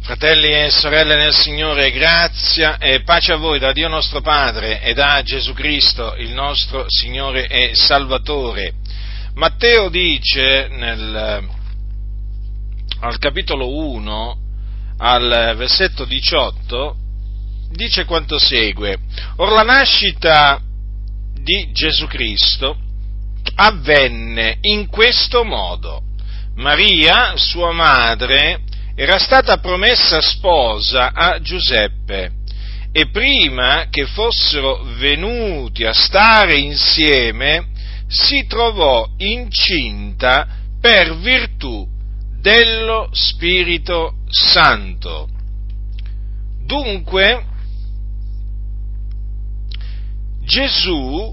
Fratelli e sorelle nel Signore, grazia e pace a voi da Dio nostro Padre e da Gesù Cristo, il nostro Signore e Salvatore. Matteo dice al capitolo 1, al versetto 18, dice quanto segue: Or la nascita di Gesù Cristo avvenne in questo modo. Maria, sua madre, era stata promessa sposa a Giuseppe e prima che fossero venuti a stare insieme si trovò incinta per virtù dello Spirito Santo. Dunque, Gesù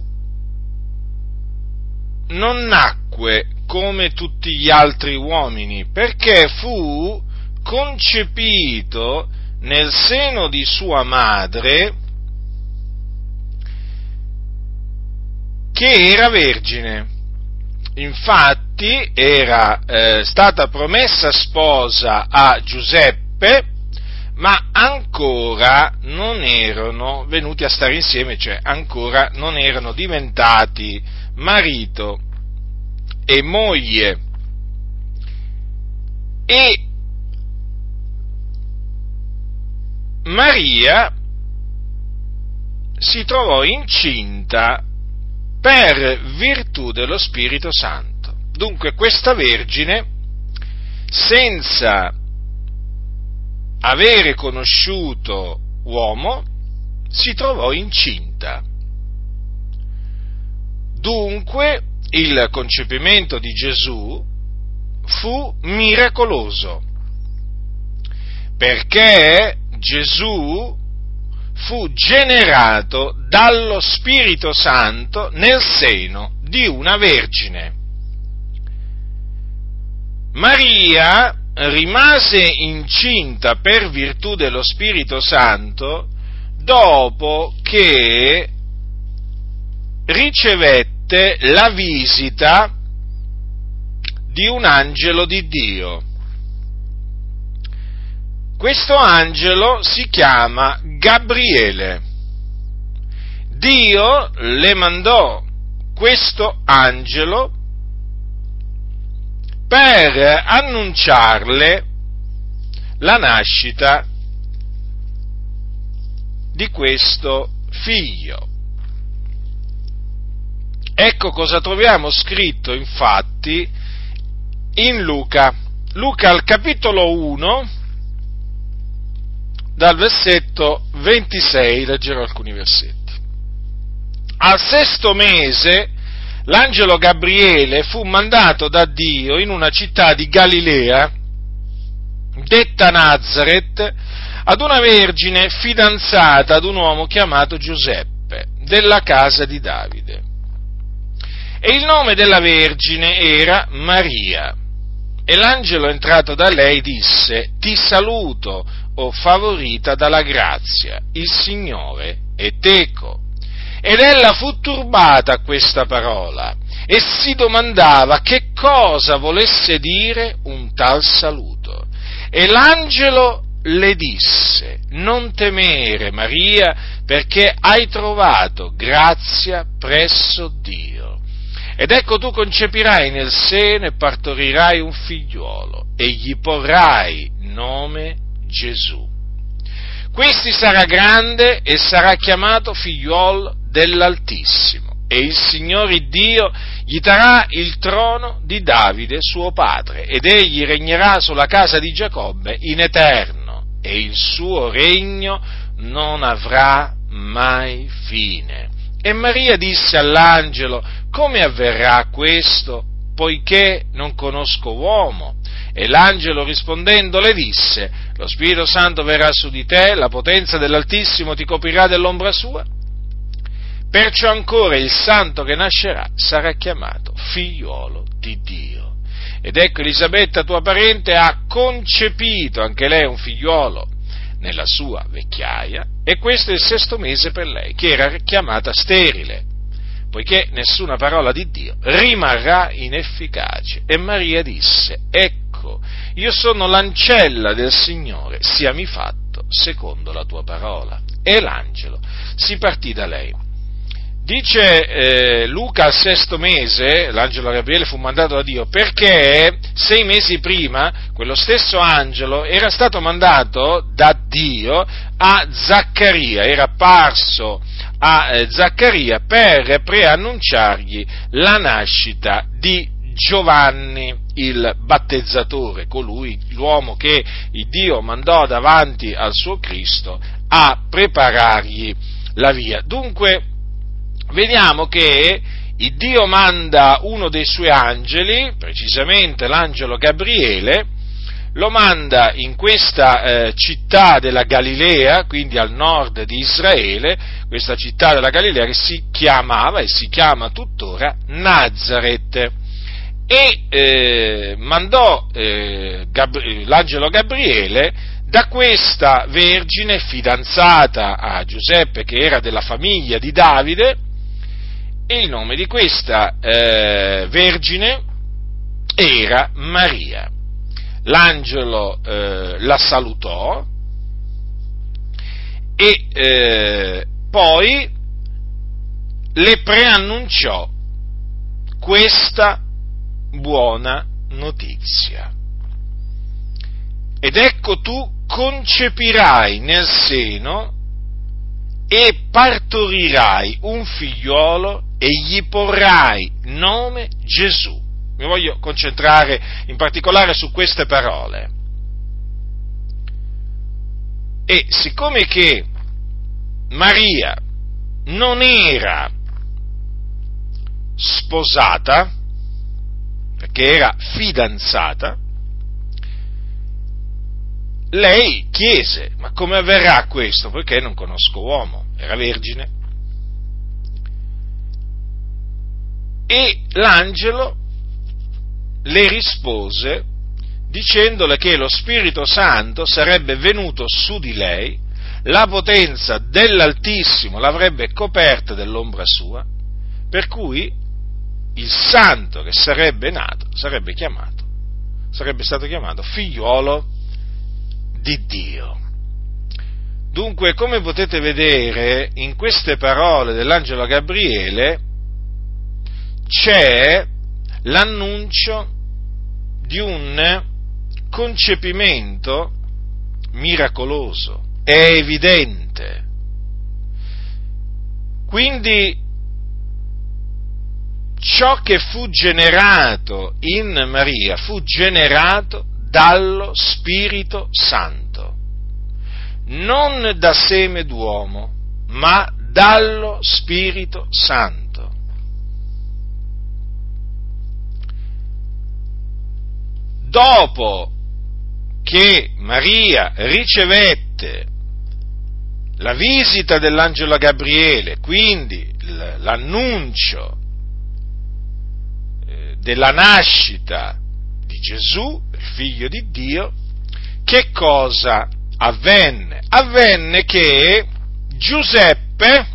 non nacque come tutti gli altri uomini, perché fu concepito nel seno di sua madre, che era vergine. Infatti era stata promessa sposa a Giuseppe, ma ancora non erano venuti a stare insieme, cioè ancora non erano diventati marito e moglie. E Maria si trovò incinta per virtù dello Spirito Santo. Dunque questa vergine, senza avere conosciuto uomo, si trovò incinta. Dunque il concepimento di Gesù fu miracoloso, perché Gesù fu generato dallo Spirito Santo nel seno di una vergine. Maria rimase incinta per virtù dello Spirito Santo dopo che ricevette la visita di un angelo di Dio. Questo angelo si chiama Gabriele. Dio le mandò questo angelo per annunciarle la nascita di questo figlio. Ecco cosa troviamo scritto infatti in Luca al capitolo 1, dal versetto 26, leggerò alcuni versetti. Al sesto mese l'angelo Gabriele fu mandato da Dio in una città di Galilea, detta Nazaret, ad una vergine fidanzata ad un uomo chiamato Giuseppe, della casa di Davide. E il nome della vergine era Maria. E l'angelo, entrato da lei, disse: Ti saluto, o favorita dalla grazia, il Signore è teco. Ed ella fu turbata a questa parola e si domandava che cosa volesse dire un tal saluto. E l'angelo le disse: Non temere, Maria, perché hai trovato grazia presso Dio. Ed ecco, tu concepirai nel seno e partorirai un figliuolo e gli porrai nome Gesù. Questi sarà grande e sarà chiamato figliuolo dell'Altissimo, e il Signore Dio gli darà il trono di Davide suo padre, ed egli regnerà sulla casa di Giacobbe in eterno, e il suo regno non avrà mai fine. E Maria disse all'angelo: Come avverrà questo, poiché non conosco uomo? E l'angelo rispondendo le disse: Lo Spirito Santo verrà su di te, la potenza dell'Altissimo ti coprirà dell'ombra sua, perciò ancora il santo che nascerà sarà chiamato figliuolo di Dio. Ed ecco, Elisabetta, tua parente, ha concepito anche lei un figliuolo nella sua vecchiaia, e questo è il sesto mese per lei, che era chiamata sterile, poiché nessuna parola di Dio rimarrà inefficace. E Maria disse: Ecco, ecco, io sono l'ancella del Signore, siami fatto secondo la tua parola. E l'angelo si partì da lei. Dice Luca al 6° mese, l'angelo Gabriele fu mandato da Dio, perché 6 mesi prima quello stesso angelo era stato mandato da Dio a Zaccaria, era apparso a Zaccaria per preannunciargli la nascita di Giovanni il battezzatore, colui, l'uomo che Dio mandò davanti al suo Cristo a preparargli la via. Dunque, vediamo che il Dio manda uno dei suoi angeli, precisamente l'angelo Gabriele, lo manda in questa città della Galilea, quindi al nord di Israele, questa città della Galilea che si chiamava e si chiama tuttora Nazaret. E mandò l'angelo Gabriele da questa vergine fidanzata a Giuseppe, che era della famiglia di Davide, e il nome di questa vergine era Maria. L'angelo la salutò e poi le preannunciò questa buona notizia. Ed ecco, tu concepirai nel seno e partorirai un figliolo e gli porrai nome Gesù. Mi voglio concentrare in particolare su queste parole. E siccome che Maria non era sposata, perché era fidanzata, lei chiese: ma come avverrà questo? Poiché non conosco uomo, era vergine. E l'angelo le rispose dicendole che lo Spirito Santo sarebbe venuto su di lei, la potenza dell'Altissimo l'avrebbe coperta dell'ombra sua, per cui il santo che sarebbe nato sarebbe stato chiamato figliuolo di Dio. Dunque, come potete vedere, in queste parole dell'angelo Gabriele c'è l'annuncio di un concepimento miracoloso, è evidente. Quindi ciò che fu generato in Maria fu generato dallo Spirito Santo, non da seme d'uomo, ma dallo Spirito Santo. Dopo che Maria ricevette la visita dell'angelo Gabriele, quindi l'annuncio della nascita di Gesù, del figlio di Dio, che cosa avvenne? Avvenne che Giuseppe,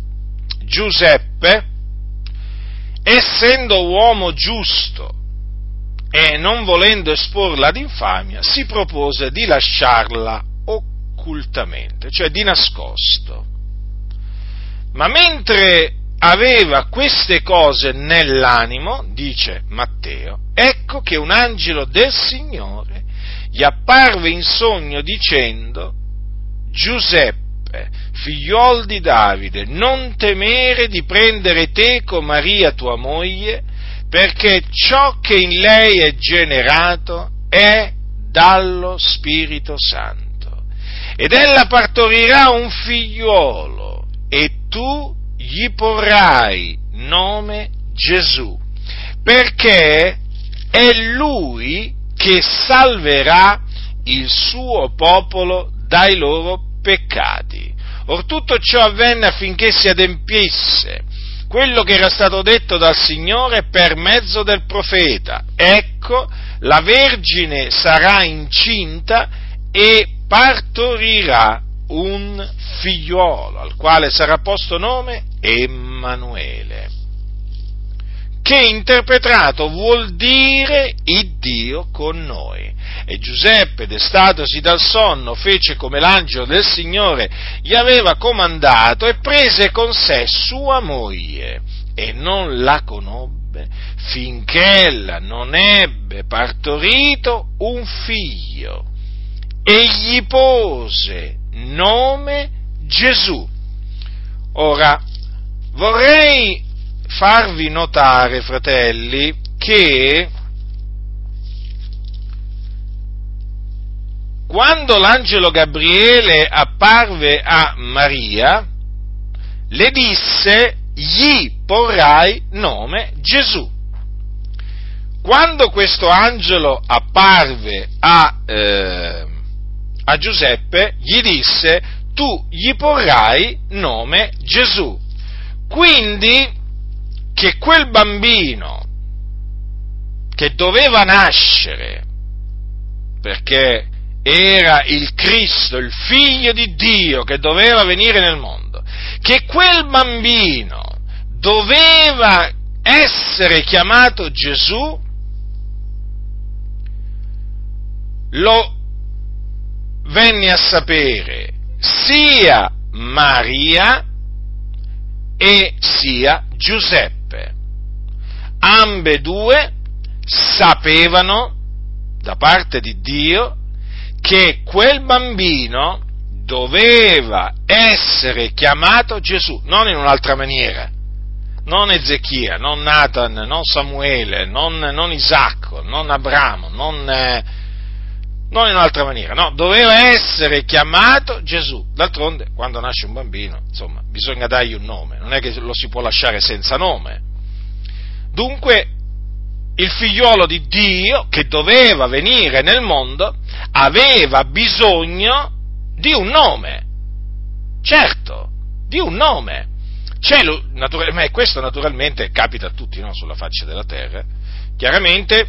essendo uomo giusto e non volendo esporla ad infamia, si propose di lasciarla occultamente, cioè di nascosto. Ma mentre aveva queste cose nell'animo, dice Matteo, ecco che un angelo del Signore gli apparve in sogno dicendo: Giuseppe, figliuol di Davide, non temere di prendere teco Maria tua moglie, perché ciò che in lei è generato è dallo Spirito Santo. Ed ella partorirà un figliuolo, e tu gli porrai nome Gesù, perché è lui che salverà il suo popolo dai loro peccati. Or tutto ciò avvenne affinché si adempisse quello che era stato detto dal Signore per mezzo del profeta: ecco, la Vergine sarà incinta e partorirà un figliuolo, al quale sarà posto nome Emanuele, che interpretato vuol dire Iddio con noi. E Giuseppe, destatosi dal sonno, fece come l'angelo del Signore gli aveva comandato e prese con sé sua moglie e non la conobbe finché ella non ebbe partorito un figlio e gli pose nome Gesù. Ora, vorrei farvi notare, fratelli, che quando l'angelo Gabriele apparve a Maria, le disse: gli porrai nome Gesù. Quando questo angelo apparve a Giuseppe, gli disse: tu gli porrai nome Gesù. Quindi, che quel bambino che doveva nascere, perché era il Cristo, il Figlio di Dio che doveva venire nel mondo, che quel bambino doveva essere chiamato Gesù, lo venne a sapere sia Maria e sia Giuseppe. Ambedue sapevano da parte di Dio che quel bambino doveva essere chiamato Gesù, non in un'altra maniera, non Ezechia, non Nathan, non Samuele, non Isacco, non Abramo, non in un'altra maniera, no, doveva essere chiamato Gesù. D'altronde, quando nasce un bambino, insomma, bisogna dargli un nome, non è che lo si può lasciare senza nome. Dunque, il figliuolo di Dio, che doveva venire nel mondo, aveva bisogno di un nome. Certo, di un nome. Ma questo naturalmente capita a tutti, no, sulla faccia della terra. Chiaramente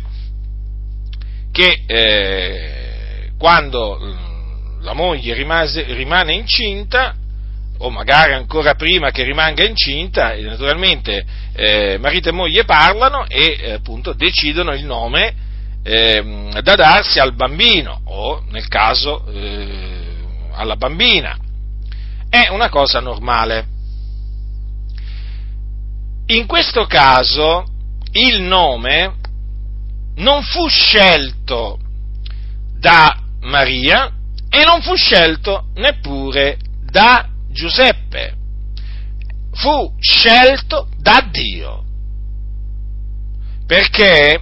che quando la moglie rimane incinta, o magari ancora prima che rimanga incinta, naturalmente marito e moglie parlano e appunto decidono il nome da darsi al bambino, o nel caso alla bambina. È una cosa normale. In questo caso il nome non fu scelto da Maria e non fu scelto neppure da Giuseppe, fu scelto da Dio, perché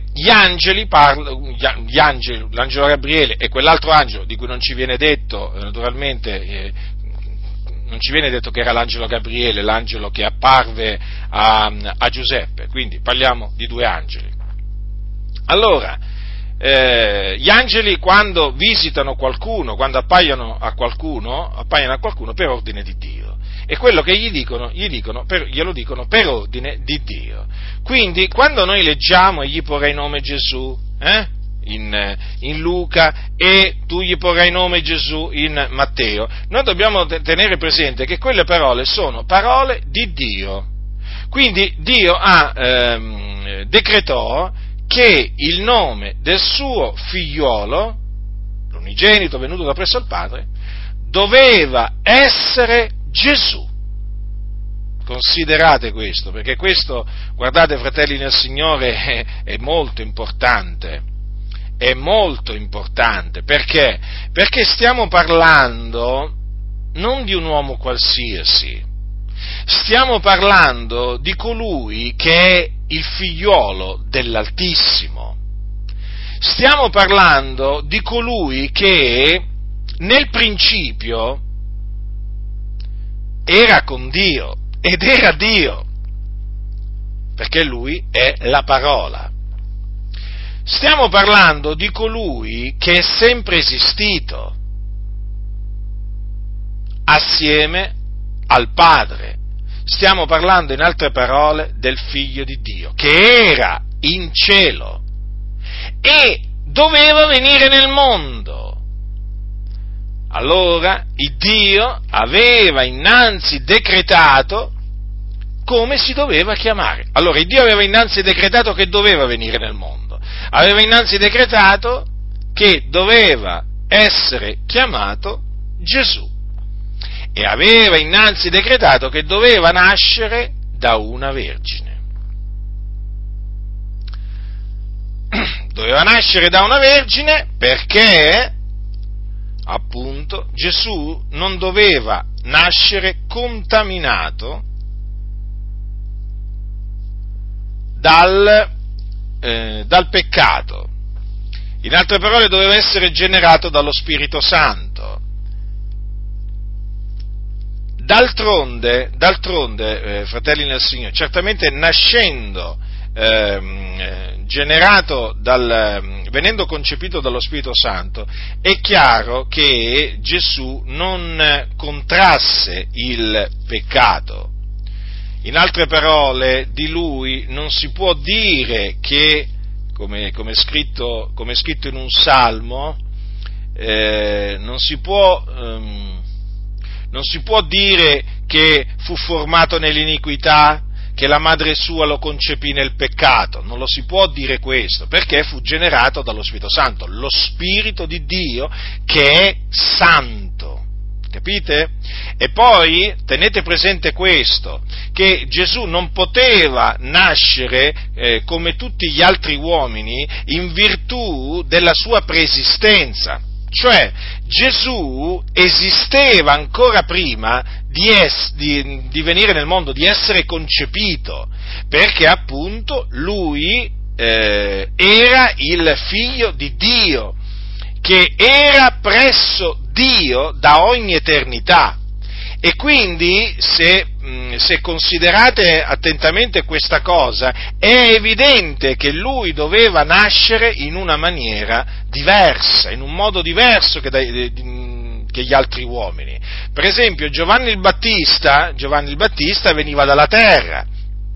l'angelo Gabriele e quell'altro angelo, di cui non ci viene detto, naturalmente, non ci viene detto che era l'angelo Gabriele, l'angelo che apparve a Giuseppe, quindi parliamo di due angeli. Allora, gli angeli quando visitano qualcuno, quando appaiono a qualcuno per ordine di Dio, e quello che glielo dicono per ordine di Dio. Quindi, quando noi leggiamo e gli porrai nome Gesù, in Luca, e tu gli porrai nome Gesù in Matteo, noi dobbiamo tenere presente che quelle parole sono parole di Dio. Quindi Dio decretò che il nome del suo figliolo, l'unigenito venuto da presso il Padre, doveva essere Gesù. Considerate questo, perché questo, guardate fratelli nel Signore, è molto importante, perché? Perché stiamo parlando non di un uomo qualsiasi, stiamo parlando di colui che è il figliolo dell'Altissimo, stiamo parlando di colui che nel principio era con Dio ed era Dio, perché Lui è la parola. Stiamo parlando di colui che è sempre esistito assieme al Padre. Stiamo parlando, in altre parole, del Figlio di Dio, che era in cielo e doveva venire nel mondo. Allora, il Dio aveva innanzi decretato come si doveva chiamare. Allora, il Dio aveva innanzi decretato che doveva venire nel mondo, aveva innanzi decretato che doveva essere chiamato Gesù e aveva innanzi decretato che doveva nascere da una vergine. Doveva nascere da una vergine perché, appunto, Gesù non doveva nascere contaminato dal peccato. In altre parole, doveva essere generato dallo Spirito Santo. D'altronde, fratelli nel Signore, certamente nascendo, venendo concepito dallo Spirito Santo, è chiaro che Gesù non contrasse il peccato. In altre parole, di lui non si può dire che, come è scritto in un salmo, non si può dire che fu formato nell'iniquità, che la madre sua lo concepì nel peccato, non lo si può dire questo, perché fu generato dallo Spirito Santo, lo Spirito di Dio che è santo, capite? E poi tenete presente questo, che Gesù non poteva nascere come tutti gli altri uomini in virtù della sua preesistenza. Cioè, Gesù esisteva ancora prima di venire nel mondo, di essere concepito, perché appunto lui era il figlio di Dio, che era presso Dio da ogni eternità. E quindi, se considerate attentamente questa cosa, è evidente che lui doveva nascere in una maniera diversa, in un modo diverso che gli altri uomini. Per esempio, Giovanni il Battista veniva dalla terra,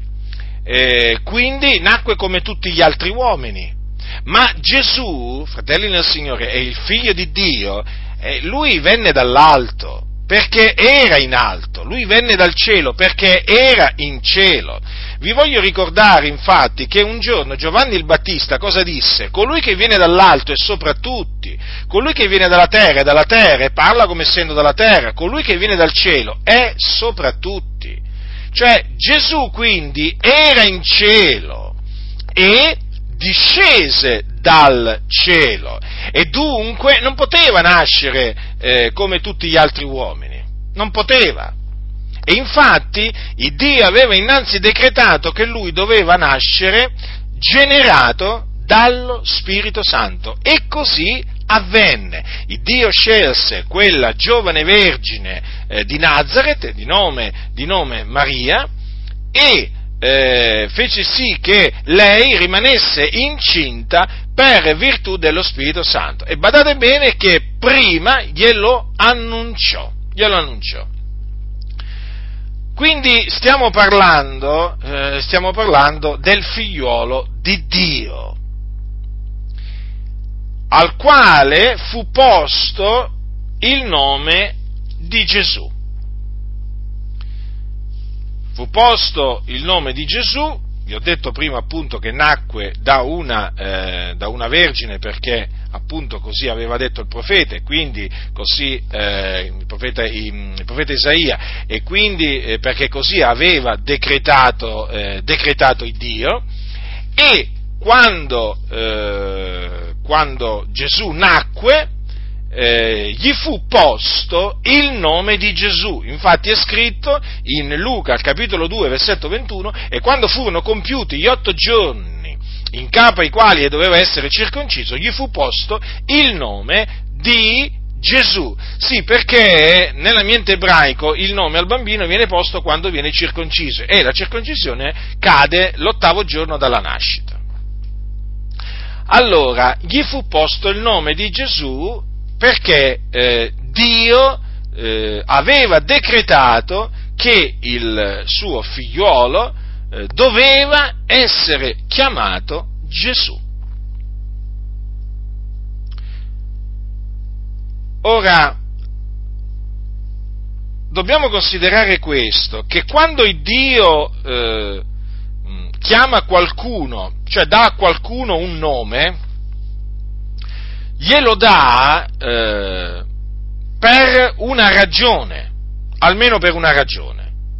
quindi nacque come tutti gli altri uomini. Ma Gesù, fratelli nel Signore, è il figlio di Dio, lui venne dall'alto, perché era in alto, lui venne dal cielo perché era in cielo. Vi voglio ricordare infatti che un giorno Giovanni il Battista cosa disse? Colui che viene dall'alto è sopra tutti, colui che viene dalla terra e parla come essendo dalla terra, colui che viene dal cielo è sopra tutti. Cioè Gesù quindi era in cielo e discese dal cielo e dunque non poteva nascere come tutti gli altri uomini, non poteva. E infatti il Dio aveva innanzi decretato che lui doveva nascere generato dallo Spirito Santo e così avvenne. Il Dio scelse quella giovane vergine di Nazaret, di nome Maria, e fece sì che lei rimanesse incinta per virtù dello Spirito Santo. E badate bene che prima glielo annunciò. Quindi stiamo parlando del figliuolo di Dio, al quale fu posto il nome di Gesù. Fu posto il nome di Gesù, vi ho detto prima appunto che nacque da una vergine perché appunto così aveva detto il profeta e quindi così il profeta Isaia e quindi perché così aveva decretato il Dio. E quando Gesù nacque gli fu posto il nome di Gesù. Infatti è scritto in Luca al capitolo 2 versetto 21: e quando furono compiuti gli 8 giorni in capo ai quali doveva essere circonciso, gli fu posto il nome di Gesù. Sì, perché nell'ambiente ebraico il nome al bambino viene posto quando viene circonciso e la circoncisione cade l'8° giorno dalla nascita. Allora gli fu posto il nome di Gesù perché Dio aveva decretato che il suo figliuolo doveva essere chiamato Gesù. Ora, dobbiamo considerare questo, che quando il Dio chiama qualcuno, cioè dà a qualcuno un nome, glielo dà per una ragione, almeno per una ragione.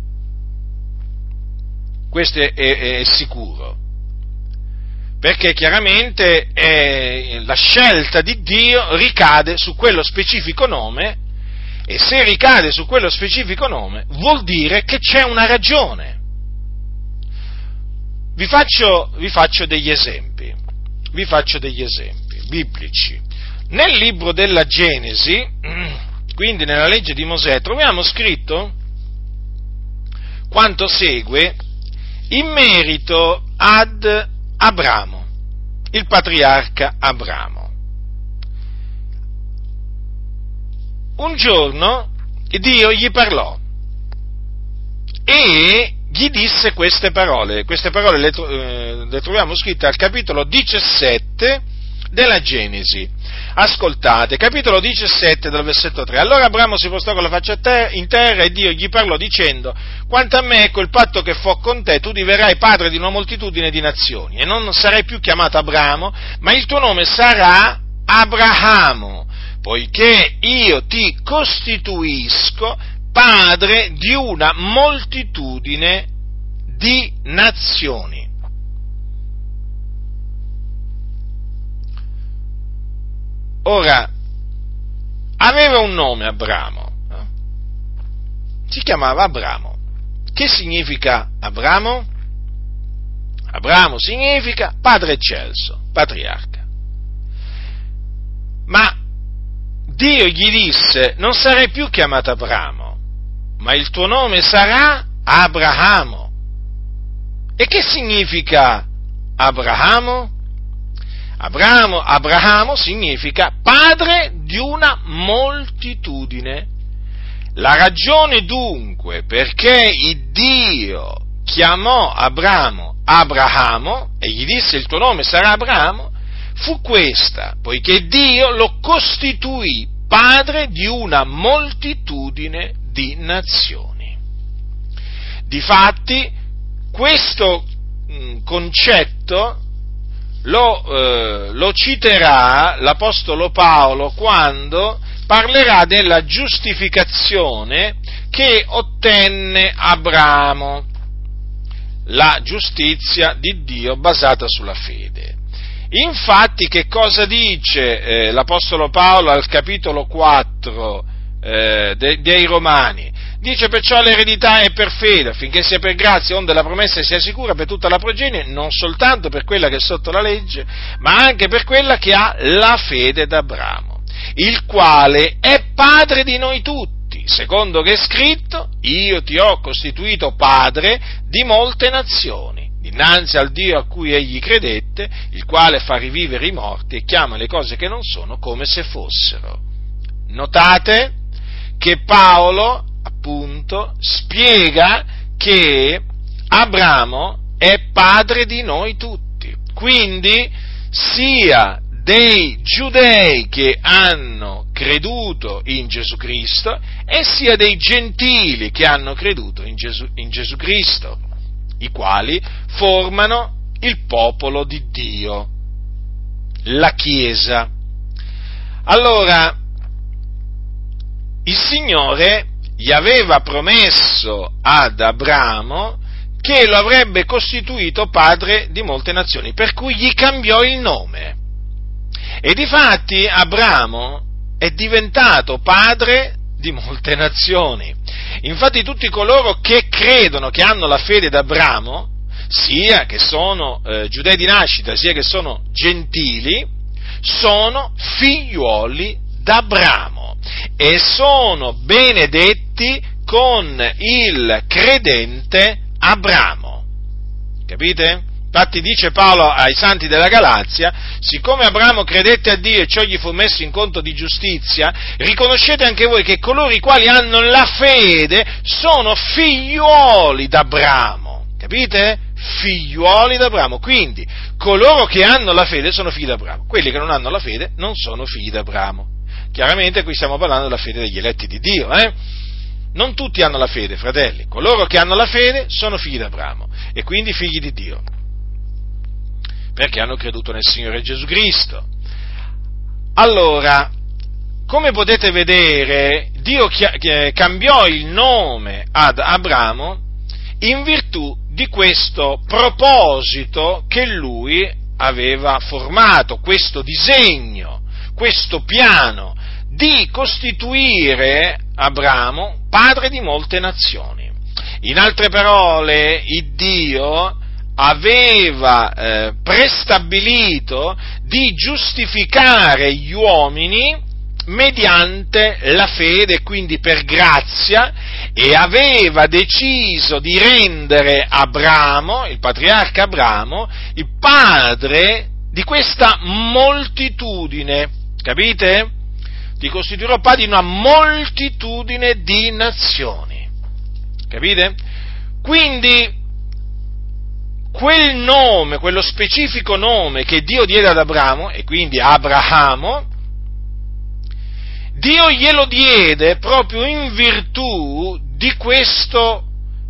Questo è sicuro, perché chiaramente la scelta di Dio ricade su quello specifico nome, e se ricade su quello specifico nome vuol dire che c'è una ragione. Vi faccio degli esempi biblici. Nel libro della Genesi, quindi nella legge di Mosè, troviamo scritto quanto segue in merito ad Abramo, il patriarca Abramo. Un giorno Dio gli parlò e gli disse queste parole le troviamo scritte al capitolo 17 della Genesi. Ascoltate, capitolo 17 dal versetto 3. Allora Abramo si postò con la faccia in terra e Dio gli parlò dicendo: quanto a me, ecco il patto che fo con te, tu diverrai padre di una moltitudine di nazioni, e non sarai più chiamato Abramo, ma il tuo nome sarà Abrahamo, poiché io ti costituisco padre di una moltitudine di nazioni. Ora, aveva un nome Abramo, si chiamava Abramo. Che significa Abramo? Abramo significa padre eccelso, patriarca. Ma Dio gli disse: non sarai più chiamato Abramo, ma il tuo nome sarà Abrahamo. E che significa Abrahamo? Abrahamo significa padre di una moltitudine. La ragione dunque perché il Dio chiamò Abramo e gli disse: il tuo nome sarà Abramo, fu questa: poiché Dio lo costituì padre di una moltitudine di nazioni. Difatti, questo concetto lo citerà l'Apostolo Paolo quando parlerà della giustificazione che ottenne Abramo, la giustizia di Dio basata sulla fede. Infatti, che cosa dice l'Apostolo Paolo al capitolo 4 dei Romani? Dice: perciò l'eredità è per fede, affinché sia per grazia, onde la promessa sia sicura per tutta la progenie, non soltanto per quella che è sotto la legge, ma anche per quella che ha la fede d'Abramo, il quale è padre di noi tutti, secondo che è scritto: io ti ho costituito padre di molte nazioni, dinanzi al Dio a cui egli credette, il quale fa rivivere i morti e chiama le cose che non sono come se fossero. Notate che Paolo appunto spiega che Abramo è padre di noi tutti, quindi sia dei giudei che hanno creduto in Gesù Cristo e sia dei gentili che hanno creduto in Gesù Cristo, i quali formano il popolo di Dio, la Chiesa. Allora, il Signore gli aveva promesso ad Abramo che lo avrebbe costituito padre di molte nazioni, per cui gli cambiò il nome. E difatti Abramo è diventato padre di molte nazioni. Infatti tutti coloro che credono, che hanno la fede d'Abramo, sia che sono giudei di nascita, sia che sono gentili, sono figliuoli d'Abramo e sono benedetti con il credente Abramo. Capite? Infatti dice Paolo ai santi della Galazia: siccome Abramo credette a Dio e ciò gli fu messo in conto di giustizia, riconoscete anche voi che coloro i quali hanno la fede sono figliuoli d'Abramo. Capite? Figliuoli d'Abramo. Quindi coloro che hanno la fede sono figli d'Abramo, quelli che non hanno la fede non sono figli d'Abramo. Chiaramente qui stiamo parlando della fede degli eletti di Dio, Non tutti hanno la fede, fratelli. Coloro che hanno la fede sono figli di Abramo e quindi figli di Dio, perché hanno creduto nel Signore Gesù Cristo. Allora, come potete vedere, Dio cambiò il nome ad Abramo in virtù di questo proposito che lui aveva formato, questo disegno, questo piano di costituire Abramo padre di molte nazioni. In altre parole, il Dio aveva prestabilito di giustificare gli uomini mediante la fede, quindi per grazia, e aveva deciso di rendere Abramo, il patriarca Abramo, il padre di questa moltitudine, capite? Ti costituirò padre di una moltitudine di nazioni, capite? Quindi quel nome, quello specifico nome che Dio diede ad Abramo, e quindi Abramo, Dio glielo diede proprio in virtù di questo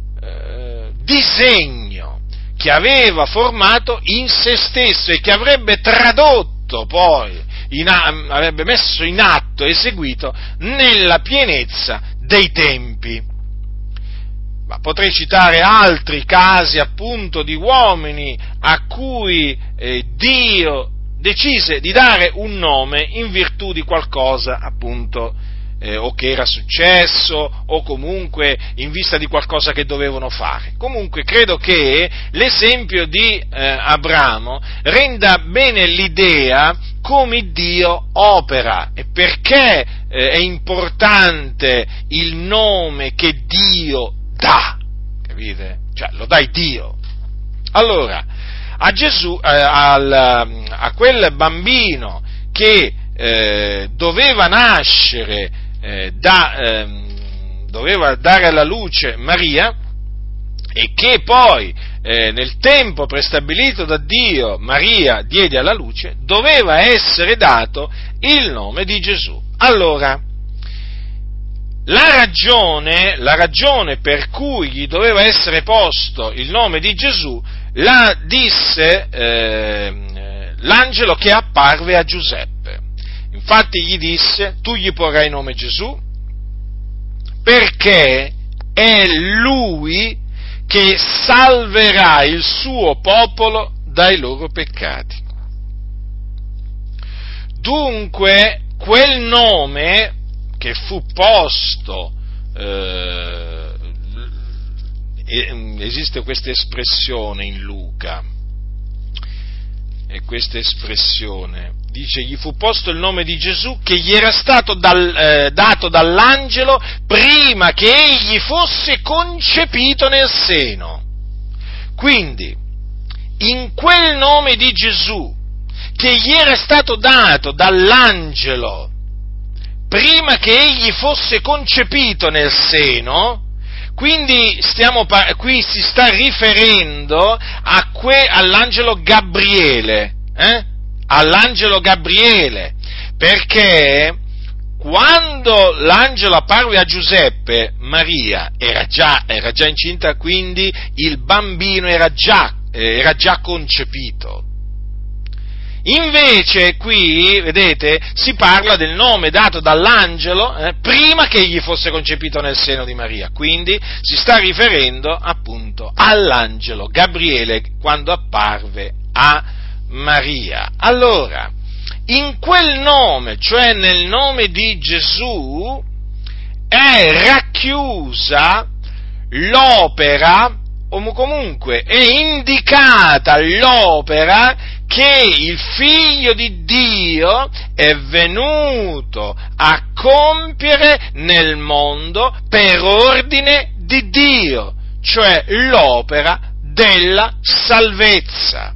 disegno che aveva formato in se stesso e che avrebbe tradotto poi, avrebbe messo in atto, eseguito nella pienezza dei tempi. Ma potrei citare altri casi appunto di uomini a cui Dio decise di dare un nome in virtù di qualcosa appunto o che era successo o comunque in vista di qualcosa che dovevano fare. Comunque credo che l'esempio di Abramo renda bene l'idea come Dio opera e perché è importante il nome che Dio dà, capite? Cioè lo dà Dio. Allora, a Gesù, a quel bambino che doveva nascere, doveva dare alla luce Maria, e che poi nel tempo prestabilito da Dio Maria diede alla luce, doveva essere dato il nome di Gesù. Allora, la ragione per cui gli doveva essere posto il nome di Gesù la disse l'angelo che apparve a Giuseppe. Infatti gli disse: tu gli porrai nome Gesù perché è lui che salverà il suo popolo dai loro peccati. Dunque, quel nome che fu posto, esiste questa espressione in Luca, e questa espressione dice: gli fu posto il nome di Gesù che gli era stato dato dall'angelo prima che egli fosse concepito nel seno. Quindi, in quel nome di Gesù che gli era stato dato dall'angelo prima che egli fosse concepito nel seno, quindi qui si sta riferendo all'angelo Gabriele, all'angelo Gabriele, perché quando l'angelo apparve a Giuseppe, Maria era già incinta, quindi il bambino era già concepito. Invece qui, vedete, si parla del nome dato dall'angelo prima che egli fosse concepito nel seno di Maria, quindi si sta riferendo appunto all'angelo Gabriele quando apparve a Maria. Allora, in quel nome, cioè nel nome di Gesù, è racchiusa l'opera, o comunque è indicata l'opera che il Figlio di Dio è venuto a compiere nel mondo per ordine di Dio, cioè l'opera della salvezza.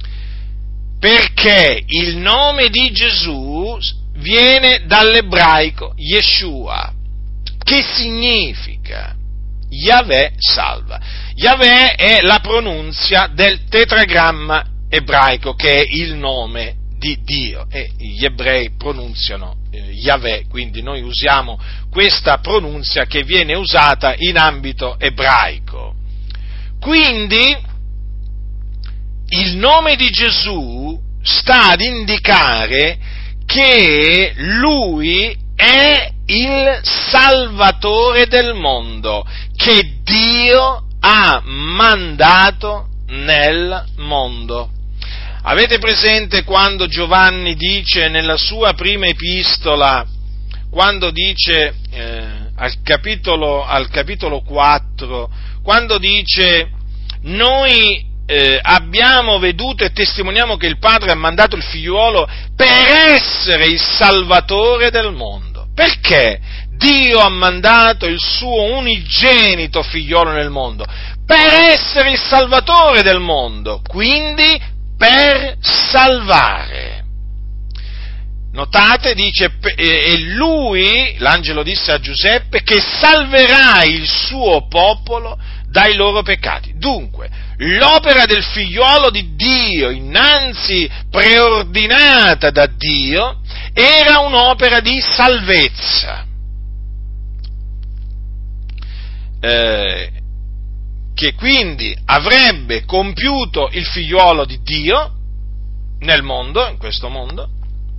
Perché il nome di Gesù viene dall'ebraico Yeshua, che significa Yahweh salva. Yahweh è la pronunzia del tetragramma ebraico, che è il nome di Dio, e gli ebrei pronunziano Yahweh, quindi noi usiamo questa pronunzia che viene usata in ambito ebraico. Quindi il nome di Gesù sta ad indicare che Lui è il Salvatore del mondo, che Dio ha mandato nel mondo. Avete presente quando Giovanni dice nella sua prima epistola, quando dice al capitolo 4, quando dice: noi abbiamo veduto e testimoniamo che il Padre ha mandato il Figliuolo per essere il Salvatore del mondo. Perché Dio ha mandato il suo unigenito Figliolo nel mondo? Per essere il Salvatore del mondo, quindi per salvare. Notate, dice, e lui, l'angelo disse a Giuseppe, che salverà il suo popolo dai loro peccati. Dunque, l'opera del Figliuolo di Dio, innanzi preordinata da Dio, era un'opera di salvezza, che quindi avrebbe compiuto il Figliuolo di Dio nel mondo, in questo mondo,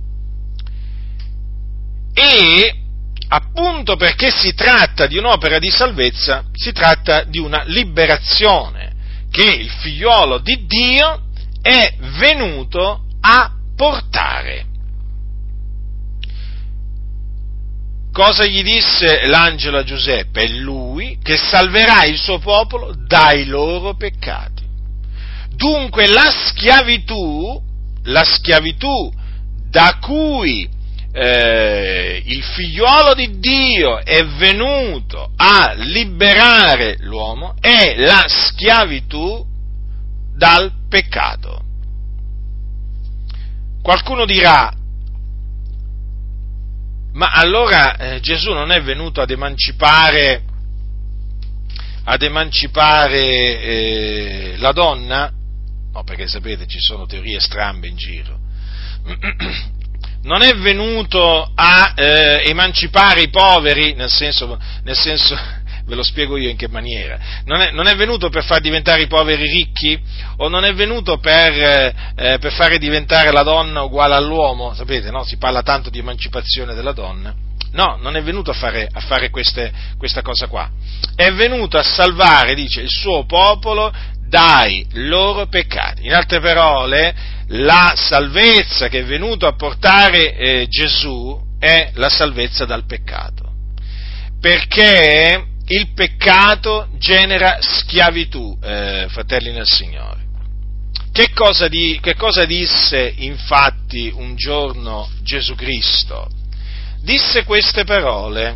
e appunto perché si tratta di un'opera di salvezza, si tratta di una liberazione che il Figliuolo di Dio è venuto a portare. Cosa gli disse l'angelo a Giuseppe? È lui che salverà il suo popolo dai loro peccati. Dunque la schiavitù da cui il Figliuolo di Dio è venuto a liberare l'uomo è la schiavitù dal peccato. Qualcuno dirà: ma allora Gesù non è venuto ad emancipare la donna? No, perché sapete, ci sono teorie strambe in giro. Non è venuto a emancipare i poveri, nel senso, ve lo spiego io in che maniera. Non è venuto per far diventare i poveri ricchi, o non è venuto per fare diventare la donna uguale all'uomo, sapete, no? Si parla tanto di emancipazione della donna. No, non è venuto a fare questa cosa qua. È venuto a salvare, dice, il suo popolo dai loro peccati. In altre parole, la salvezza che è venuto a portare Gesù è la salvezza dal peccato, perché il peccato genera schiavitù, fratelli nel Signore. Che cosa disse infatti un giorno Gesù Cristo? Disse queste parole: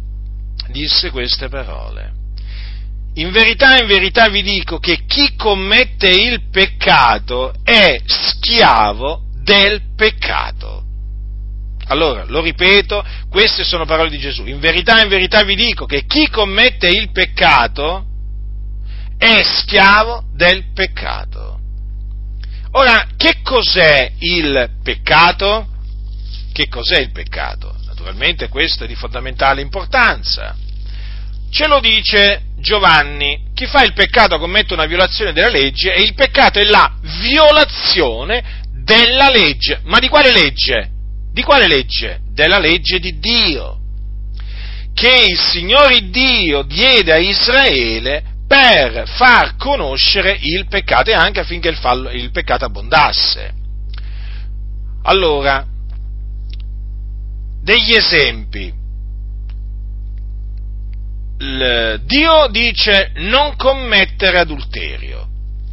in verità vi dico che chi commette il peccato è schiavo del peccato. Allora, lo ripeto, queste sono parole di Gesù. In verità vi dico che chi commette il peccato è schiavo del peccato. Ora, che cos'è il peccato? Che cos'è il peccato? Naturalmente questo è di fondamentale importanza. Ce lo dice Giovanni: chi fa il peccato commette una violazione della legge, e il peccato è la violazione della legge. Ma di quale legge? Di quale legge? Della legge di Dio, che il Signore Dio diede a Israele per far conoscere il peccato e anche affinché il peccato abbondasse. Allora, degli esempi. Dio dice: non commettere adulterio,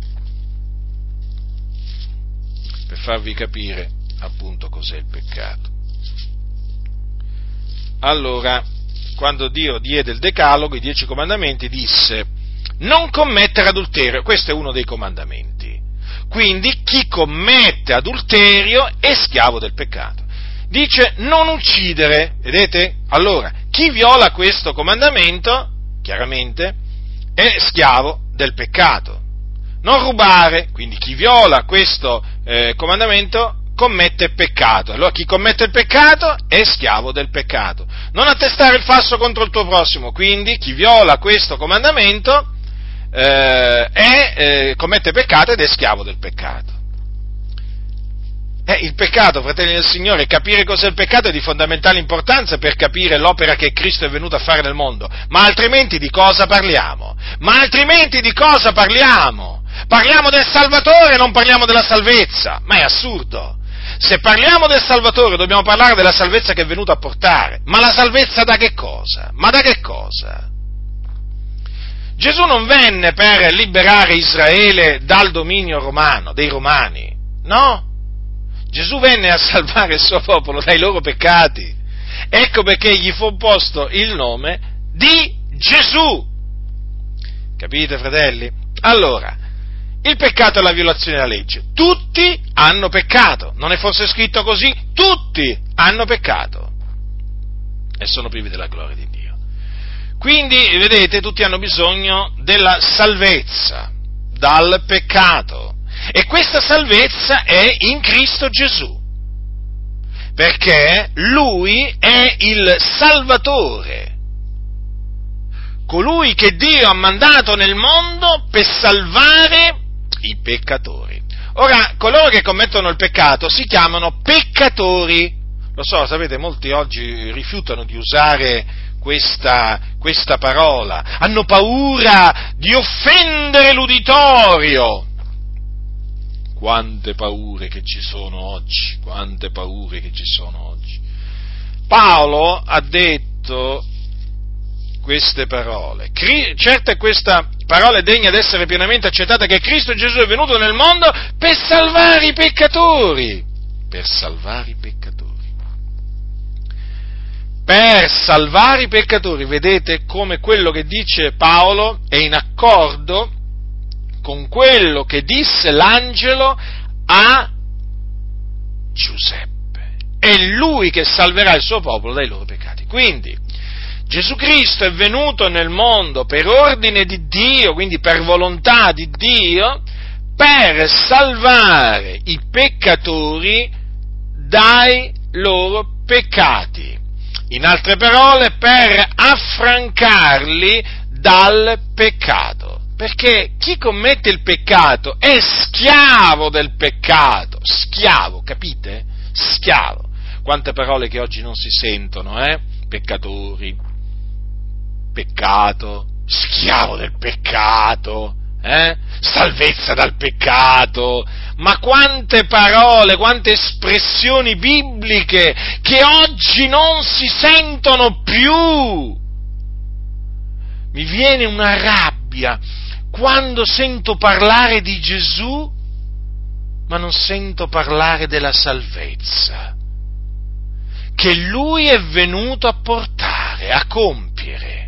per farvi capire appunto cos'è il peccato. Allora, quando Dio diede il Decalogo, i 10 comandamenti, disse: non commettere adulterio. Questo è uno dei comandamenti. Quindi chi commette adulterio è schiavo del peccato. Dice: non uccidere. Vedete? Allora, chi viola questo comandamento, chiaramente, è schiavo del peccato. Non rubare. Quindi chi viola questo comandamento commette peccato. Allora chi commette il peccato è schiavo del peccato. Non attestare il falso contro il tuo prossimo, quindi chi viola questo comandamento commette peccato ed è schiavo del peccato. Il peccato, fratelli del Signore, capire cos'è il peccato è di fondamentale importanza per capire l'opera che Cristo è venuto a fare nel mondo, ma altrimenti di cosa parliamo? Parliamo del Salvatore, non parliamo della salvezza, ma è assurdo. Se parliamo del Salvatore dobbiamo parlare della salvezza che è venuto a portare, ma la salvezza da che cosa? Ma da che cosa? Gesù non venne per liberare Israele dal dominio romano, dei romani, no? Gesù venne a salvare il suo popolo dai loro peccati. Ecco perché gli fu posto il nome di Gesù. Capite, fratelli? Allora, il peccato è la violazione della legge. Tutti hanno peccato. Non è forse scritto così? Tutti hanno peccato e sono privi della gloria di Dio. Quindi, vedete, tutti hanno bisogno della salvezza dal peccato. E questa salvezza è in Cristo Gesù, perché Lui è il Salvatore, colui che Dio ha mandato nel mondo per salvare i peccatori. Ora, coloro che commettono il peccato si chiamano peccatori. Lo so, sapete, molti oggi rifiutano di usare questa parola, hanno paura di offendere l'uditorio. Quante paure che ci sono oggi, Paolo ha detto queste parole. Certo è questa parola è degna di essere pienamente accettata, che Cristo Gesù è venuto nel mondo per salvare i peccatori. Per salvare i peccatori, vedete come quello che dice Paolo è in accordo con quello che disse l'angelo a Giuseppe. È lui che salverà il suo popolo dai loro peccati. Quindi Gesù Cristo è venuto nel mondo per ordine di Dio, quindi per volontà di Dio, per salvare i peccatori dai loro peccati. In altre parole, per affrancarli dal peccato. Perché chi commette il peccato è schiavo del peccato, schiavo, capite? Schiavo. Quante parole che oggi non si sentono, Peccatori, peccato, schiavo del peccato, salvezza dal peccato. Ma quante parole, quante espressioni bibliche che oggi non si sentono più. Mi viene una rabbia quando sento parlare di Gesù, ma non sento parlare della salvezza che Lui è venuto a portare, a compiere.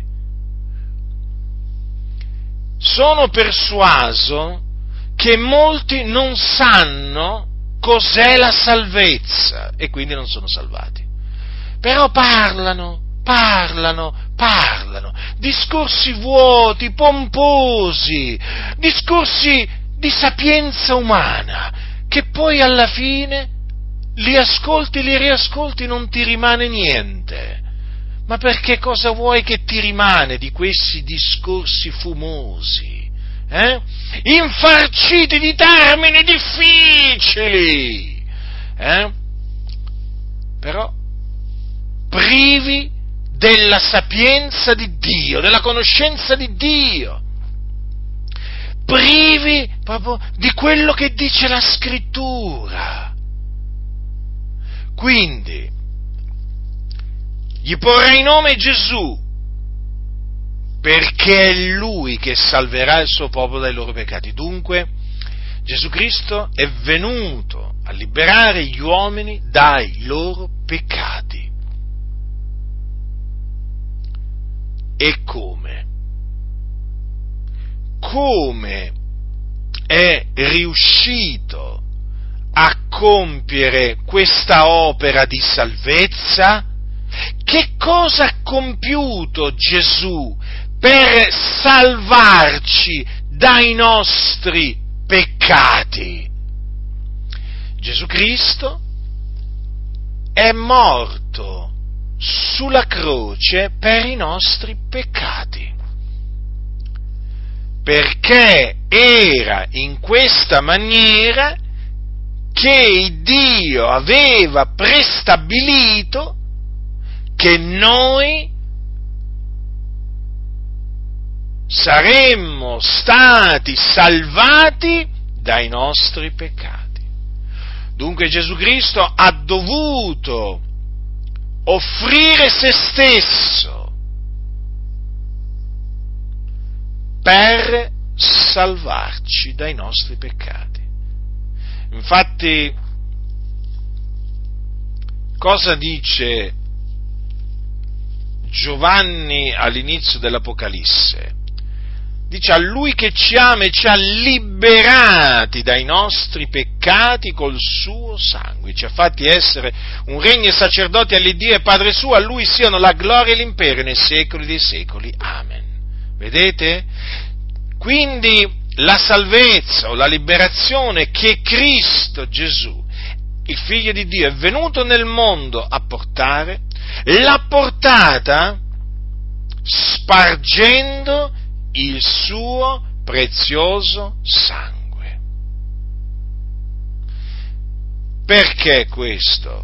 Sono persuaso che molti non sanno cos'è la salvezza e quindi non sono salvati. Però parlano, discorsi vuoti, pomposi, discorsi di sapienza umana, che poi alla fine li ascolti, li riascolti, non ti rimane niente. Ma perché cosa vuoi che ti rimane di questi discorsi fumosi, infarciti di termini difficili, però privi della sapienza di Dio, della conoscenza di Dio, privi proprio di quello che dice la Scrittura. Quindi, gli porrei nome Gesù, perché è Lui che salverà il suo popolo dai loro peccati. Dunque, Gesù Cristo è venuto a liberare gli uomini dai loro peccati. E come? Come è riuscito a compiere questa opera di salvezza? Che cosa ha compiuto Gesù per salvarci dai nostri peccati? Gesù Cristo è morto sulla croce per i nostri peccati, perché era in questa maniera che Dio aveva prestabilito che noi saremmo stati salvati dai nostri peccati. Dunque Gesù Cristo ha dovuto offrire se stesso per salvarci dai nostri peccati. Infatti, cosa dice Giovanni all'inizio dell'Apocalisse? Dice: a Lui che ci ama e ci ha liberati dai nostri peccati col suo sangue, ci ha fatti essere un regno e sacerdoti all'Iddio e Padre suo, a Lui siano la gloria e l'impero nei secoli dei secoli. Amen. Vedete? Quindi la salvezza o la liberazione che Cristo Gesù, il Figlio di Dio, è venuto nel mondo a portare, l'ha portata spargendo il suo prezioso sangue. Perché questo?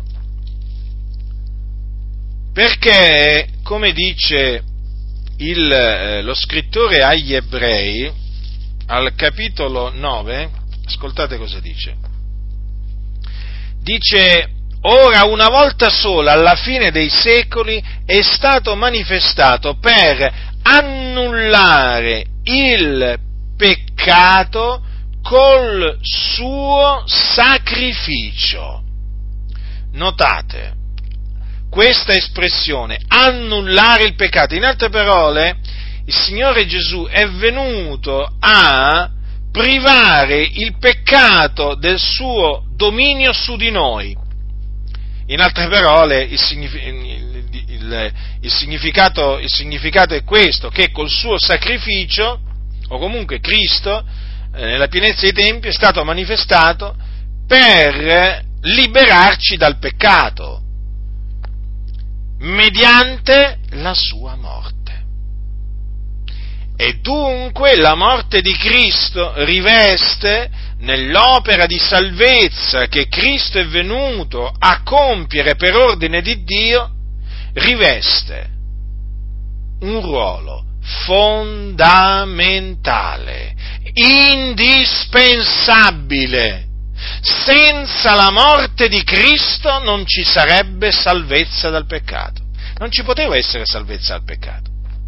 Perché, come dice lo scrittore agli Ebrei, al capitolo 9, ascoltate cosa dice. Dice: ora una volta sola, alla fine dei secoli, è stato manifestato per annullare il peccato col suo sacrificio. Notate questa espressione, annullare il peccato. In altre parole, il Signore Gesù è venuto a privare il peccato del suo dominio su di noi. In altre parole, il significato è questo, che col suo sacrificio, o comunque Cristo, nella pienezza dei tempi, è stato manifestato per liberarci dal peccato, mediante la sua morte. E dunque la morte di Cristo riveste, nell'opera di salvezza che Cristo è venuto a compiere per ordine di Dio, riveste un ruolo fondamentale, indispensabile. Senza la morte di Cristo non ci sarebbe salvezza dal peccato. Non ci poteva essere salvezza dal peccato.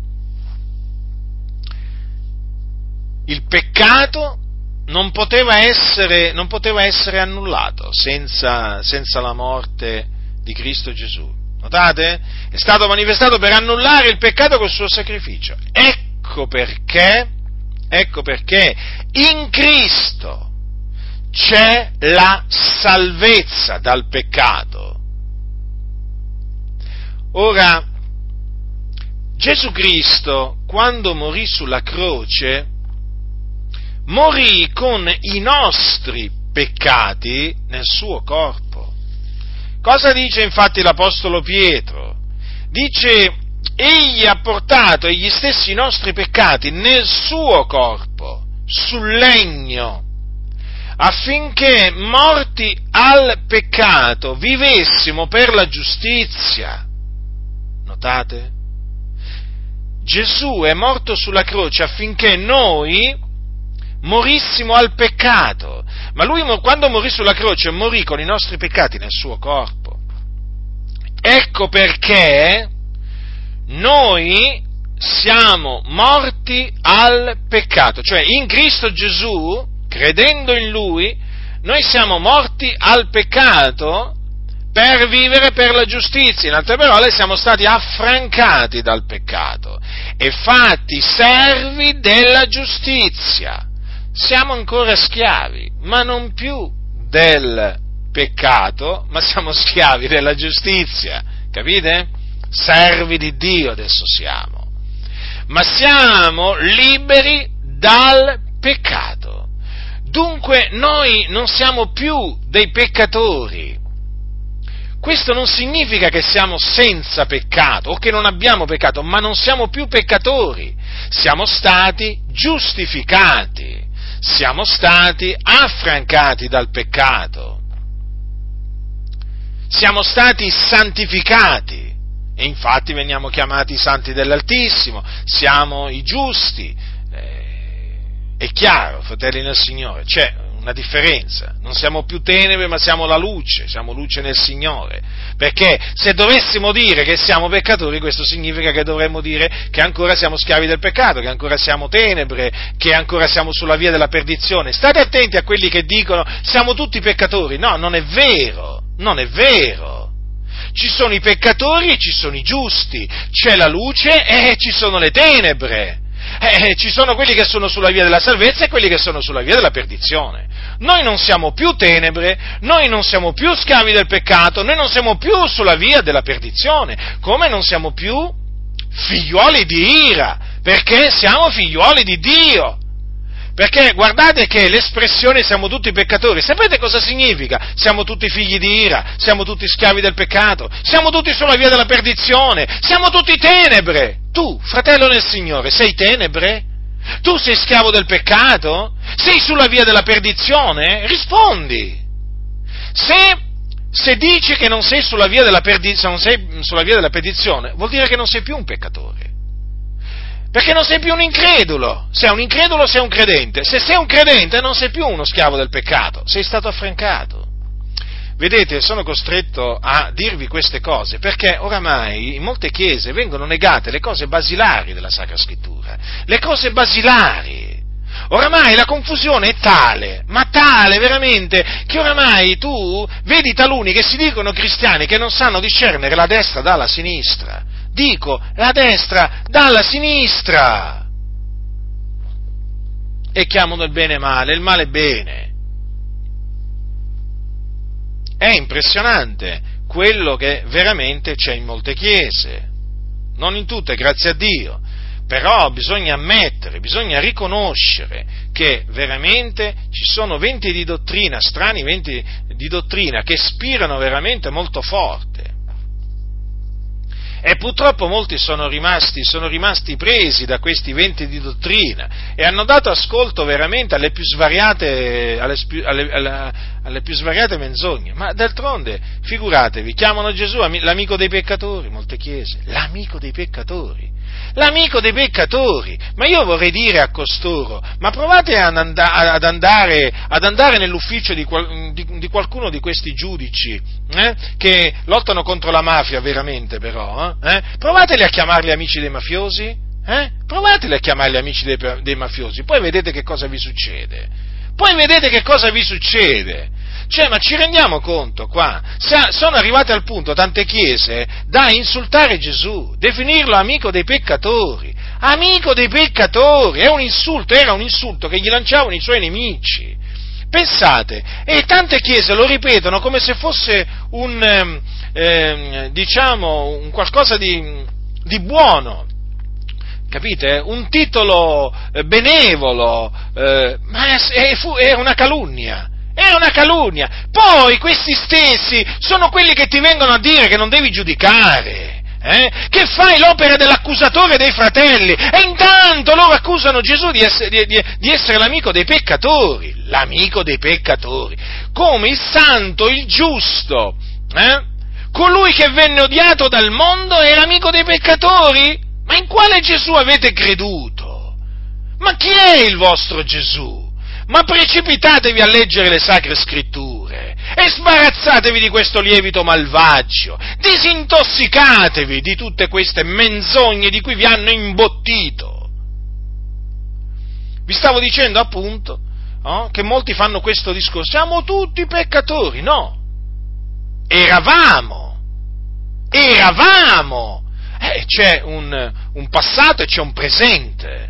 Il peccato non poteva essere annullato senza la morte di Cristo Gesù. Notate? È stato manifestato per annullare il peccato col suo sacrificio. Ecco perché in Cristo c'è la salvezza dal peccato. Ora, Gesù Cristo, quando morì sulla croce, morì con i nostri peccati nel suo corpo. Cosa dice infatti l'Apostolo Pietro? Dice: egli ha portato egli stessi i nostri peccati nel suo corpo, sul legno, affinché, morti al peccato, vivessimo per la giustizia. Notate? Gesù è morto sulla croce affinché noi morissimo al peccato, ma lui quando morì sulla croce morì con i nostri peccati nel suo corpo. Ecco perché noi siamo morti al peccato, cioè in Cristo Gesù, credendo in Lui, noi siamo morti al peccato per vivere per la giustizia. In altre parole, siamo stati affrancati dal peccato e fatti servi della giustizia. Siamo ancora schiavi, ma non più del peccato, ma siamo schiavi della giustizia, capite? Servi di Dio adesso siamo, ma siamo liberi dal peccato. Dunque noi non siamo più dei peccatori. Questo non significa che siamo senza peccato o che non abbiamo peccato, ma non siamo più peccatori. Siamo stati giustificati, siamo stati affrancati dal peccato, siamo stati santificati e infatti veniamo chiamati i santi dell'Altissimo, siamo i giusti. È chiaro, fratelli nel Signore, c'è una differenza, non siamo più tenebre ma siamo la luce, siamo luce nel Signore, perché se dovessimo dire che siamo peccatori, questo significa che dovremmo dire che ancora siamo schiavi del peccato, che ancora siamo tenebre, che ancora siamo sulla via della perdizione. State attenti a quelli che dicono siamo tutti peccatori, no, non è vero, non è vero. Ci sono i peccatori e ci sono i giusti, c'è la luce e ci sono le tenebre. Ci sono quelli che sono sulla via della salvezza e quelli che sono sulla via della perdizione. Noi non siamo più tenebre, noi non siamo più schiavi del peccato, noi non siamo più sulla via della perdizione, come non siamo più figliuoli di ira, perché siamo figliuoli di Dio. Perché guardate che l'espressione siamo tutti peccatori, sapete cosa significa? Siamo tutti figli di ira, siamo tutti schiavi del peccato, siamo tutti sulla via della perdizione, siamo tutti tenebre. Tu, fratello nel Signore, sei tenebre? Tu sei schiavo del peccato? Sei sulla via della perdizione? Rispondi. Se dici che non sei sulla via della perdizione, vuol dire che non sei più un peccatore. Perché non sei più un incredulo, sei un incredulo, sei un credente. Se sei un credente non sei più uno schiavo del peccato, sei stato affrancato. Vedete, sono costretto a dirvi queste cose perché oramai in molte chiese vengono negate le cose basilari della Sacra Scrittura, le cose basilari. Oramai la confusione è tale, ma tale veramente, che oramai tu vedi taluni che si dicono cristiani che non sanno discernere la destra dalla sinistra. Dico, la destra dalla sinistra! E chiamano il bene male, il male bene. È impressionante quello che veramente c'è in molte chiese, non in tutte, grazie a Dio, però bisogna ammettere, bisogna riconoscere che veramente ci sono venti di dottrina, strani venti di dottrina, che spirano veramente molto forte. E purtroppo molti sono rimasti presi da questi venti di dottrina e hanno dato ascolto veramente alle più svariate menzogne. Ma d'altronde, figuratevi, chiamano Gesù l'amico dei peccatori, molte chiese, l'amico dei peccatori. Ma io vorrei dire a costoro, ma provate ad andare nell'ufficio di qualcuno di questi giudici, che lottano contro la mafia veramente però, provateli a chiamarli amici dei mafiosi, provateli a chiamarli amici dei mafiosi, poi vedete che cosa vi succede. Cioè, ma ci rendiamo conto qua? Sono arrivate al punto tante chiese da insultare Gesù, definirlo amico dei peccatori, era un insulto che gli lanciavano i suoi nemici. Pensate, e tante chiese lo ripetono come se fosse un qualcosa di buono. Capite? Un titolo benevolo, ma è una calunnia. È una calunnia. Poi questi stessi sono quelli che ti vengono a dire che non devi giudicare, che fai l'opera dell'accusatore dei fratelli, e intanto loro accusano Gesù di essere l'amico dei peccatori, come il santo, il giusto, colui che venne odiato dal mondo è l'amico dei peccatori? Ma in quale Gesù avete creduto? Ma chi è il vostro Gesù? Ma precipitatevi a leggere le Sacre Scritture e sbarazzatevi di questo lievito malvagio, disintossicatevi di tutte queste menzogne di cui vi hanno imbottito. Vi stavo dicendo appunto che molti fanno questo discorso, siamo tutti peccatori, no, eravamo, c'è un passato e c'è un presente.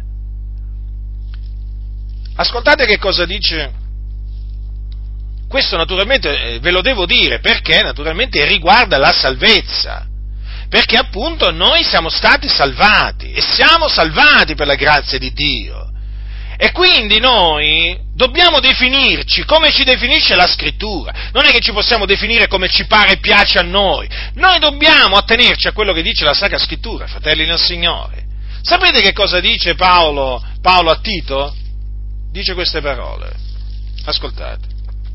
Ascoltate che cosa dice, questo naturalmente ve lo devo dire perché naturalmente riguarda la salvezza, perché appunto noi siamo stati salvati e siamo salvati per la grazia di Dio E quindi noi dobbiamo definirci come ci definisce la Scrittura. Non è che ci possiamo definire come ci pare e piace a noi. Noi dobbiamo attenerci a quello che dice la Sacra Scrittura, fratelli nel Signore. Sapete che cosa dice Paolo a Tito? Dice queste parole. Ascoltate.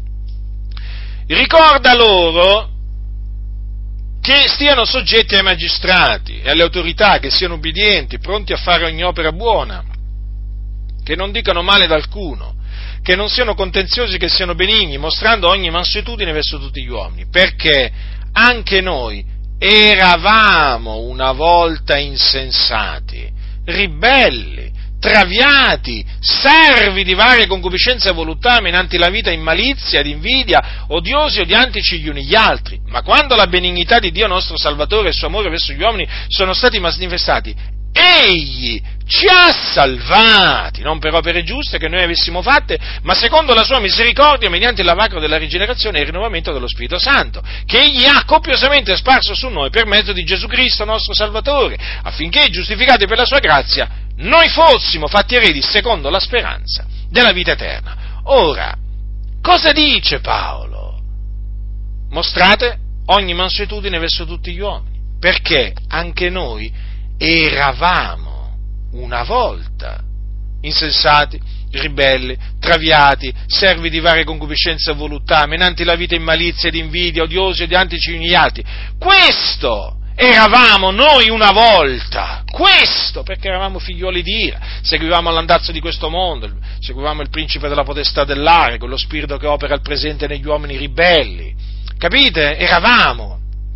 Ricorda loro che stiano soggetti ai magistrati e alle autorità, che siano ubbidienti, pronti a fare ogni opera buona, che non dicano male ad alcuno, che non siano contenziosi, che siano benigni, mostrando ogni mansuetudine verso tutti gli uomini, perché anche noi eravamo una volta insensati, ribelli, traviati, servi di varie concupiscenze e voluttà, menanti la vita in malizia ed invidia, odiosi e odiantici gli uni gli altri. Ma quando la benignità di Dio nostro Salvatore e il suo amore verso gli uomini sono stati manifestati, Egli ci ha salvati, non per opere giuste che noi avessimo fatte, ma secondo la sua misericordia, mediante il lavacro della rigenerazione e il rinnovamento dello Spirito Santo, che Egli ha copiosamente sparso su noi per mezzo di Gesù Cristo nostro Salvatore, affinché, giustificati per la sua grazia, noi fossimo fatti eredi secondo la speranza della vita eterna. Ora, cosa dice Paolo? Mostrate ogni mansuetudine verso tutti gli uomini, perché anche noi eravamo una volta insensati, ribelli, traviati, servi di varie concupiscenze e voluttà, menanti la vita in malizia ed invidia, odiosi e odiantici gli altri. Questo eravamo noi una volta, questo perché eravamo figlioli di ira, seguivamo l'andazzo di questo mondo, seguivamo il principe della potestà dell'aria, quello spirito che opera al presente negli uomini ribelli, capite? Eravamo.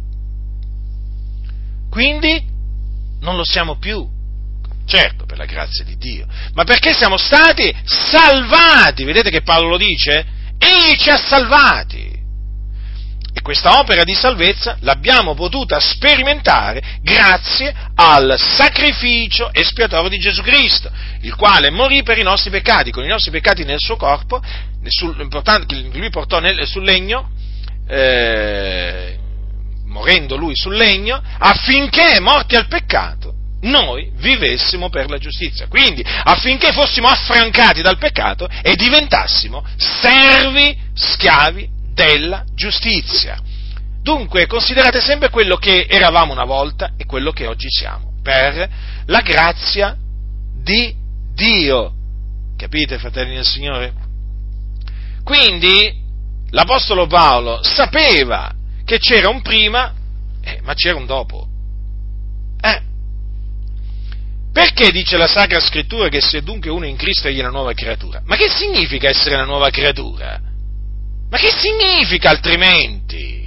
Quindi non lo siamo più, certo per la grazia di Dio, ma perché siamo stati salvati, vedete che Paolo lo dice? Egli ci ha salvati. E questa opera di salvezza l'abbiamo potuta sperimentare grazie al sacrificio espiatorio di Gesù Cristo, il quale morì per i nostri peccati, con i nostri peccati nel suo corpo, lui portò sul legno, morendo lui sul legno, affinché, morti al peccato, noi vivessimo per la giustizia. Quindi, affinché fossimo affrancati dal peccato e diventassimo servi, schiavi della giustizia. Dunque, considerate sempre quello che eravamo una volta e quello che oggi siamo, per la grazia di Dio. Capite, fratelli del Signore? Quindi, l'Apostolo Paolo sapeva che c'era un prima, ma c'era un dopo. Perché dice la Sacra Scrittura che se dunque uno è in Cristo egli è una nuova creatura? Ma che significa essere una nuova creatura? Ma che significa altrimenti?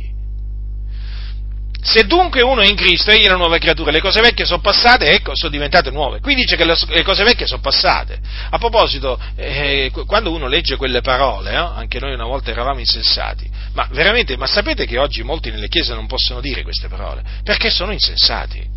Se dunque uno è in Cristo egli è una nuova creatura, le cose vecchie sono passate, ecco, sono diventate nuove. Qui dice che le cose vecchie sono passate. A proposito, quando uno legge quelle parole, anche noi una volta eravamo insensati, ma veramente, ma sapete che oggi molti nelle chiese non possono dire queste parole? Perché sono insensati.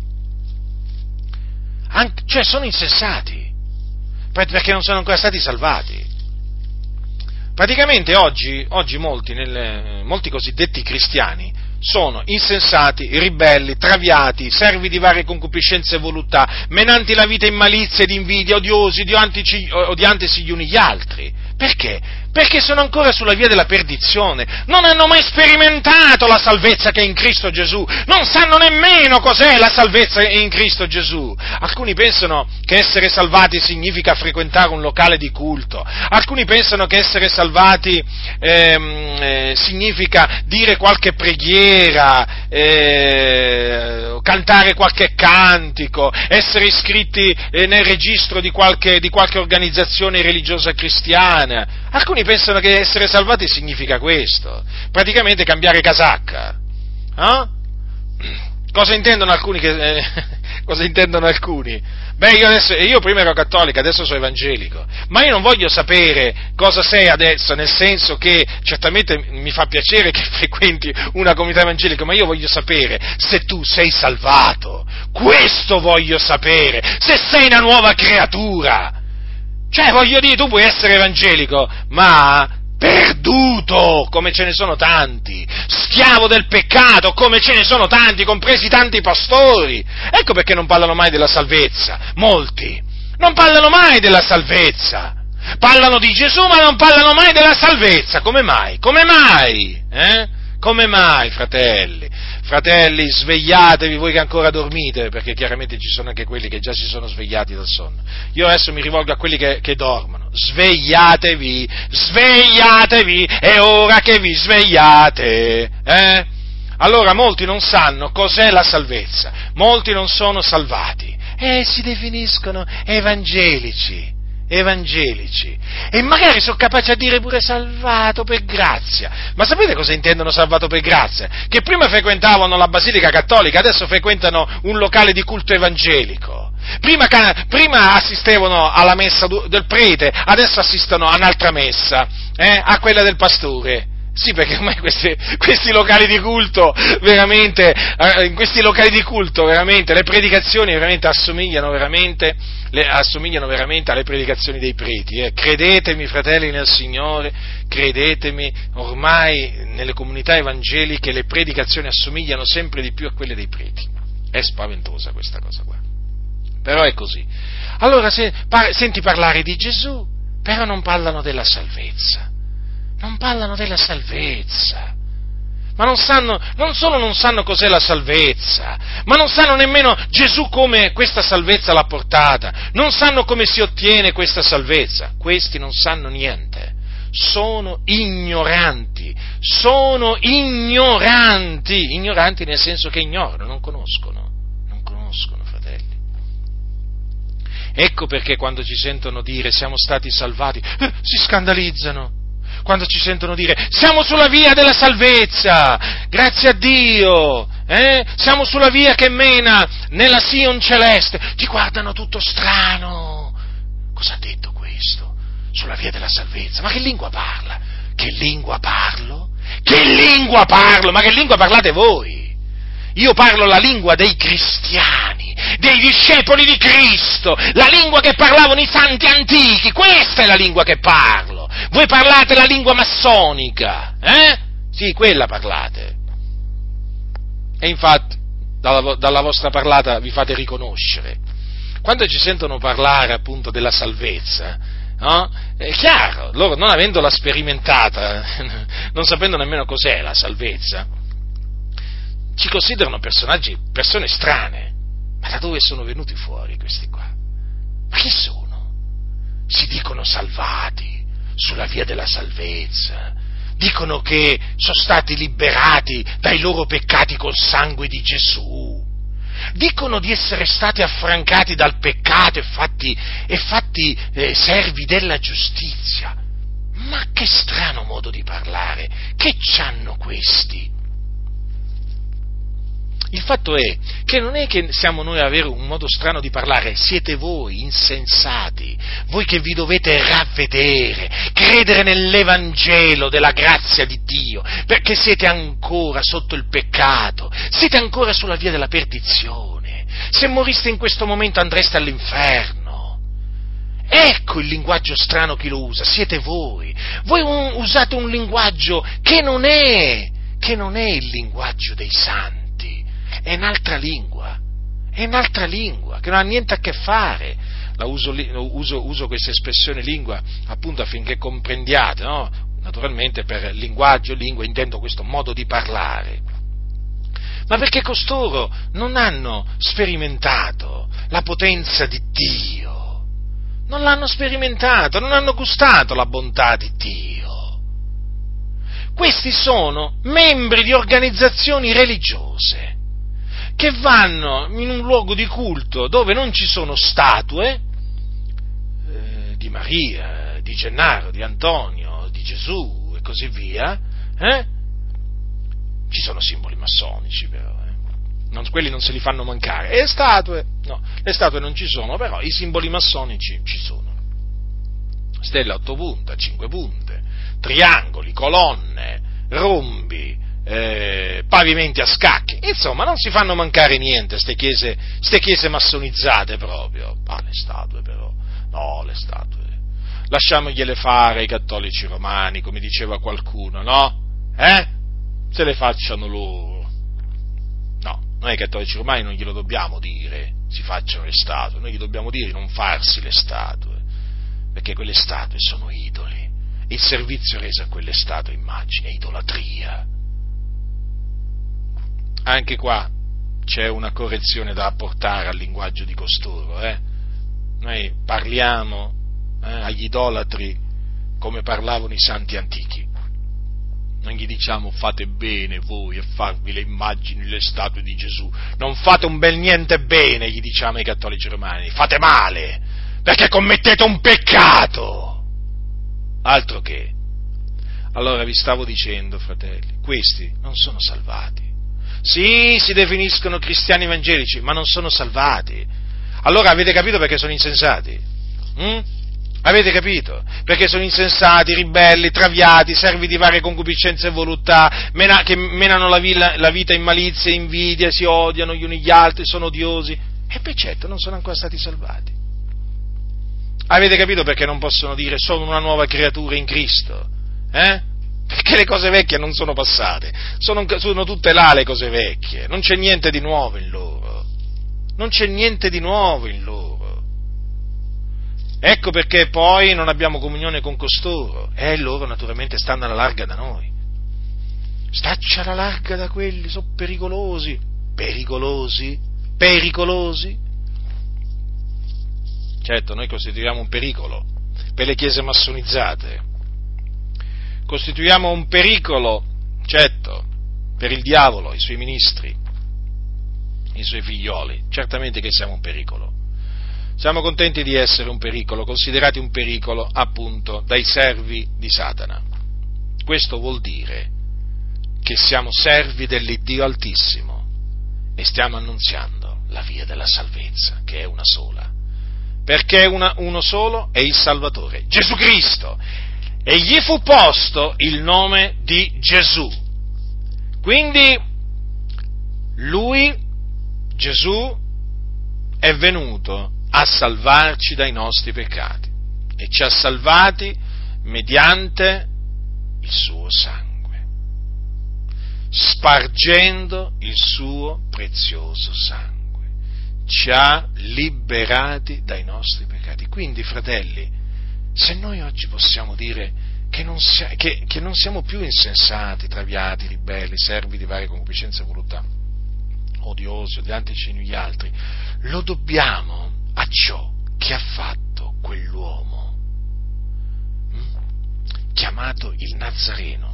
Cioè sono insensati, perché non sono ancora stati salvati. Praticamente oggi molti cosiddetti cristiani sono insensati, ribelli, traviati, servi di varie concupiscenze e voluttà, menanti la vita in malizia ed invidia, odiosi, odiantisi gli uni gli altri. Perché? Perché sono ancora sulla via della perdizione, non hanno mai sperimentato la salvezza che è in Cristo Gesù, non sanno nemmeno cos'è la salvezza in Cristo Gesù. Alcuni pensano che essere salvati significa frequentare un locale di culto, alcuni pensano che essere salvati significa dire qualche preghiera, cantare qualche cantico, essere iscritti nel registro di qualche organizzazione religiosa cristiana. Alcuni pensano che essere salvati significa questo, praticamente cambiare casacca. Cosa intendono alcuni? Cosa intendono alcuni? Io prima ero cattolico, adesso sono evangelico, ma io non voglio sapere cosa sei adesso, nel senso che certamente mi fa piacere che frequenti una comunità evangelica, ma io voglio sapere se tu sei salvato, questo voglio sapere, se sei una nuova creatura. Cioè, voglio dire, tu puoi essere evangelico, ma perduto, come ce ne sono tanti, schiavo del peccato, come ce ne sono tanti, compresi tanti pastori. Ecco perché non parlano mai della salvezza, molti. Non parlano mai della salvezza. Parlano di Gesù, ma non parlano mai della salvezza. Come mai? Come mai? Come mai, fratelli? Fratelli, svegliatevi voi che ancora dormite, perché chiaramente ci sono anche quelli che già si sono svegliati dal sonno. Io adesso mi rivolgo a quelli che dormono. Svegliatevi, svegliatevi, è ora che vi svegliate, Allora, molti non sanno cos'è la salvezza, molti non sono salvati, e si definiscono evangelici, e magari sono capaci a dire pure salvato per grazia. Ma sapete cosa intendono salvato per grazia? Che prima frequentavano la Basilica Cattolica, adesso frequentano un locale di culto evangelico. Prima assistevano alla messa del prete, adesso assistono a un'altra messa, a quella del pastore. Sì, perché ormai questi locali di culto, veramente, in questi locali di culto, veramente, le predicazioni veramente assomigliano veramente alle predicazioni dei preti. Credetemi, fratelli nel Signore, credetemi, ormai nelle comunità evangeliche le predicazioni assomigliano sempre di più a quelle dei preti. È spaventosa questa cosa qua. Però è così. Allora, senti parlare di Gesù, però non parlano della salvezza. Non parlano della salvezza, ma non solo non sanno cos'è la salvezza, ma non sanno nemmeno Gesù come questa salvezza l'ha portata, non sanno come si ottiene questa salvezza. Questi non sanno niente, sono ignoranti nel senso che ignorano, non conoscono, fratelli. Ecco perché quando ci sentono dire siamo stati salvati, si scandalizzano. Quando ci sentono dire siamo sulla via della salvezza, grazie a Dio, siamo sulla via che mena nella Sion celeste, ti guardano tutto strano. Cosa ha detto questo? Sulla via della salvezza? Ma che lingua parla? Che lingua parlo? Che lingua parlo? Ma che lingua parlate voi? Io parlo la lingua dei cristiani, dei discepoli di Cristo, la lingua che parlavano i santi antichi, questa è la lingua che parlo. Voi parlate la lingua massonica, Sì, quella parlate. E infatti, dalla vostra parlata vi fate riconoscere. Quando ci sentono parlare appunto della salvezza, no? È chiaro, loro non avendola sperimentata, non sapendo nemmeno cos'è la salvezza, ci considerano persone strane. Ma da dove sono venuti fuori questi qua? Ma chi sono? Si dicono salvati, sulla via della salvezza, dicono che sono stati liberati dai loro peccati col sangue di Gesù, dicono di essere stati affrancati dal peccato e fatti servi della giustizia. Ma che strano modo di parlare, che c'hanno questi? Il fatto è che non è che siamo noi a avere un modo strano di parlare, siete voi insensati, voi che vi dovete ravvedere, credere nell'Evangelo della grazia di Dio, perché siete ancora sotto il peccato, siete ancora sulla via della perdizione. Se moriste in questo momento andreste all'inferno. Ecco il linguaggio strano chi lo usa, siete voi. Voi usate un linguaggio che non è il linguaggio dei santi. È un'altra lingua, che non ha niente a che fare. Uso questa espressione lingua appunto affinché comprendiate, no? Naturalmente per linguaggio, lingua, intendo questo modo di parlare. Ma perché costoro non hanno sperimentato la potenza di Dio, non l'hanno sperimentato, non hanno gustato la bontà di Dio. Questi sono membri di organizzazioni religiose che vanno in un luogo di culto dove non ci sono statue di Maria, di Gennaro, di Antonio, di Gesù e così via, Ci sono simboli massonici però, quelli non se li fanno mancare. E le statue non ci sono, però i simboli massonici ci sono. Stella a 8 punte, a 5 punte, triangoli, colonne, rombi, pavimenti a scacchi, insomma non si fanno mancare niente ste chiese massonizzate proprio. Le statue però, no, le statue lasciamogliele fare ai cattolici romani, come diceva qualcuno, no? Se le facciano loro. No, Noi cattolici romani non glielo dobbiamo dire, si facciano le statue, noi gli dobbiamo dire di non farsi le statue, perché quelle statue sono idoli. Il servizio reso a quelle statue, immagine, è idolatria. Anche qua c'è una correzione da apportare al linguaggio di costoro. Noi parliamo agli idolatri come parlavano i santi antichi. Non gli diciamo fate bene voi a farvi le immagini, le statue di Gesù. Non fate un bel niente bene, gli diciamo ai cattolici romani. Fate male, perché commettete un peccato. Altro che. Allora vi stavo dicendo, fratelli, questi non sono salvati. Sì, si definiscono cristiani evangelici, ma non sono salvati. Allora avete capito perché sono insensati? Avete capito? Perché sono insensati, ribelli, traviati, servi di varie concupiscenze e voluttà, che menano la vita in malizia e invidia, si odiano gli uni gli altri, sono odiosi, e poi certo non sono ancora stati salvati. Avete capito perché non possono dire sono una nuova creatura in Cristo? Perché le cose vecchie non sono passate, sono tutte là le cose vecchie, non c'è niente di nuovo in loro, non c'è niente di nuovo in loro. Ecco perché poi non abbiamo comunione con costoro, e loro naturalmente stanno alla larga da noi. Staccia alla larga da quelli, sono pericolosi. Certo, noi costituiamo un pericolo per le chiese massonizzate, costituiamo un pericolo, certo, per il diavolo, i suoi ministri, i suoi figlioli, certamente che siamo un pericolo. Siamo contenti di essere un pericolo, considerati un pericolo appunto dai servi di Satana. Questo vuol dire che siamo servi dell'Iddio Altissimo e stiamo annunziando la via della salvezza, che è una sola. Perché uno solo è il Salvatore, Gesù Cristo, e gli fu posto il nome di Gesù. Quindi lui, Gesù, è venuto a salvarci dai nostri peccati e ci ha salvati mediante il suo sangue, spargendo il suo prezioso sangue, ci ha liberati dai nostri peccati. Quindi, fratelli, se noi oggi possiamo dire che non siamo più insensati, traviati, ribelli, servi di varie concupiscenze e voluttà, odiosi, odiantici gli altri, lo dobbiamo a ciò che ha fatto quell'uomo chiamato il Nazareno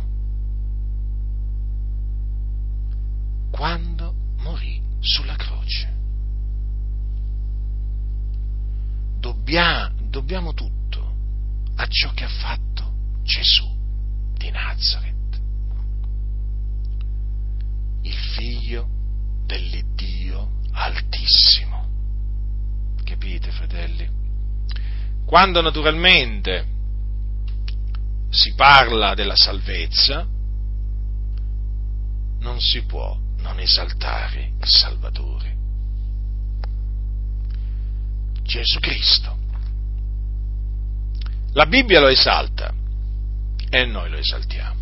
quando morì sulla croce. Dobbiamo tutto a ciò che ha fatto Gesù di Nazaret, il figlio dell'Iddio Altissimo. Capite, fratelli? Quando naturalmente si parla della salvezza, non si può non esaltare il Salvatore, Gesù Cristo. La Bibbia lo esalta e noi lo esaltiamo.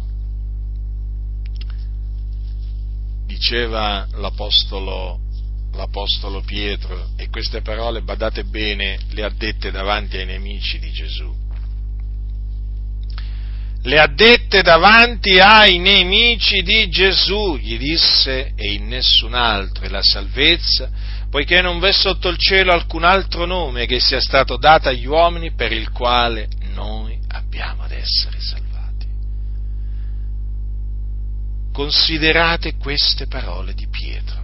Diceva l'Apostolo Pietro, e queste parole, badate bene, le ha dette davanti ai nemici di Gesù. Le ha dette davanti ai nemici di Gesù, gli disse: e in nessun altro è la salvezza, poiché non v'è sotto il cielo alcun altro nome che sia stato dato agli uomini per il quale noi abbiamo ad essere salvati. Considerate queste parole di Pietro.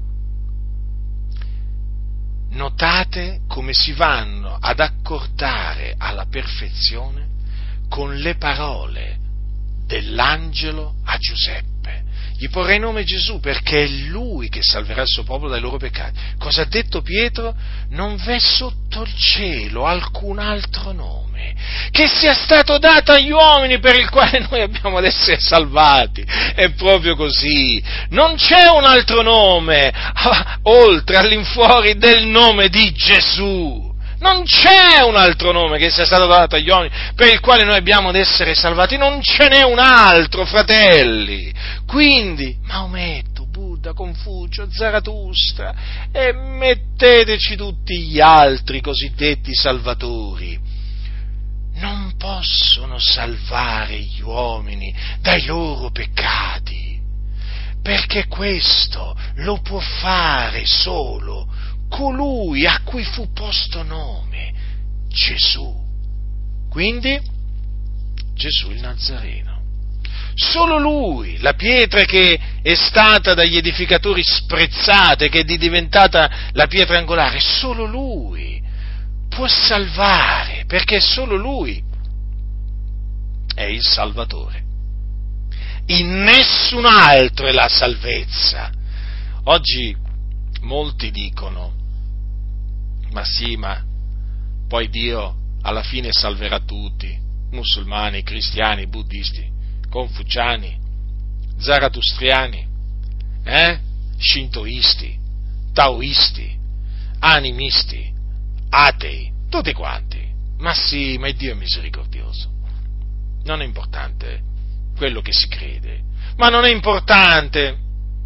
Notate come si vanno ad accordare alla perfezione con le parole dell'angelo a Giuseppe. Gli porrà il nome Gesù perché è Lui che salverà il suo popolo dai loro peccati. Cosa ha detto Pietro? Non v'è sotto il cielo alcun altro nome che sia stato dato agli uomini per il quale noi abbiamo ad essere salvati. È proprio così. Non c'è un altro nome oltre, all'infuori del nome di Gesù. Non c'è un altro nome che sia stato dato agli uomini per il quale noi abbiamo ad essere salvati, non ce n'è un altro, fratelli. Quindi, Maometto, Buddha, Confucio, Zarathustra, e metteteci tutti gli altri cosiddetti salvatori, non possono salvare gli uomini dai loro peccati, perché questo lo può fare solo colui a cui fu posto nome, Gesù. Quindi, Gesù il Nazareno. Solo lui, la pietra che è stata dagli edificatori sprezzata, che è diventata la pietra angolare, solo lui può salvare, perché solo lui è il Salvatore. In nessun altro è la salvezza. Oggi molti dicono: ma sì, ma poi Dio alla fine salverà tutti, musulmani, cristiani, buddisti, confuciani, zaratustriani, shintoisti, taoisti, animisti, atei, tutti quanti. Ma sì, ma Dio è misericordioso. Non è importante quello che si crede, ma non è importante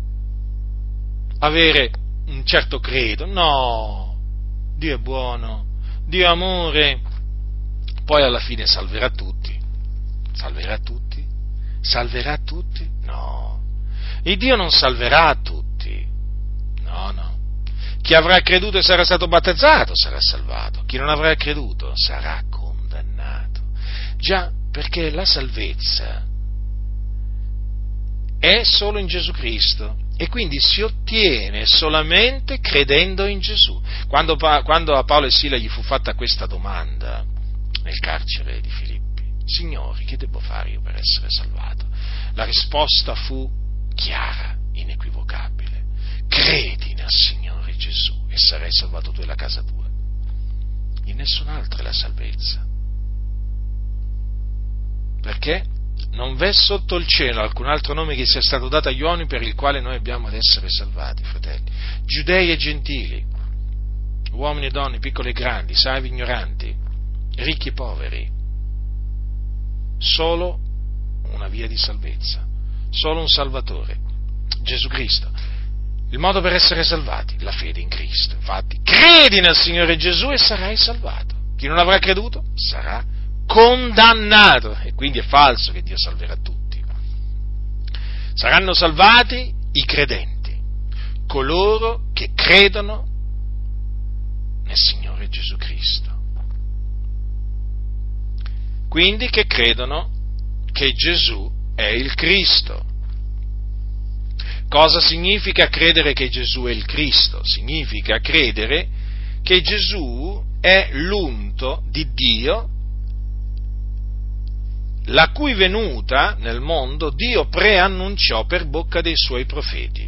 avere un certo credo, no, Dio è buono, Dio è amore, poi alla fine salverà tutti, no, il Dio non salverà tutti, no, chi avrà creduto e sarà stato battezzato sarà salvato, chi non avrà creduto sarà condannato, già, perché la salvezza è solo in Gesù Cristo e quindi si ottiene solamente credendo in Gesù. Quando a Paolo e Sila gli fu fatta questa domanda nel carcere di Filippi: Signori, che devo fare io per essere salvato? La risposta fu chiara, inequivocabile: credi nel Signore Gesù e sarai salvato tu e la casa tua. In nessun altro è la salvezza. Perché? Non v'è sotto il cielo alcun altro nome che sia stato dato agli uomini per il quale noi abbiamo ad essere salvati, fratelli. Giudei e gentili, uomini e donne, piccoli e grandi, savi e ignoranti, ricchi e poveri. Solo una via di salvezza, solo un Salvatore, Gesù Cristo. Il modo per essere salvati, la fede in Cristo. Infatti, credi nel Signore Gesù e sarai salvato. Chi non avrà creduto sarà condannato, e quindi è falso che Dio salverà tutti. Saranno salvati i credenti, coloro che credono nel Signore Gesù Cristo, quindi che credono che Gesù è il Cristo. Cosa significa credere che Gesù è il Cristo? Significa credere che Gesù è l'unto di Dio, la cui venuta nel mondo Dio preannunciò per bocca dei suoi profeti.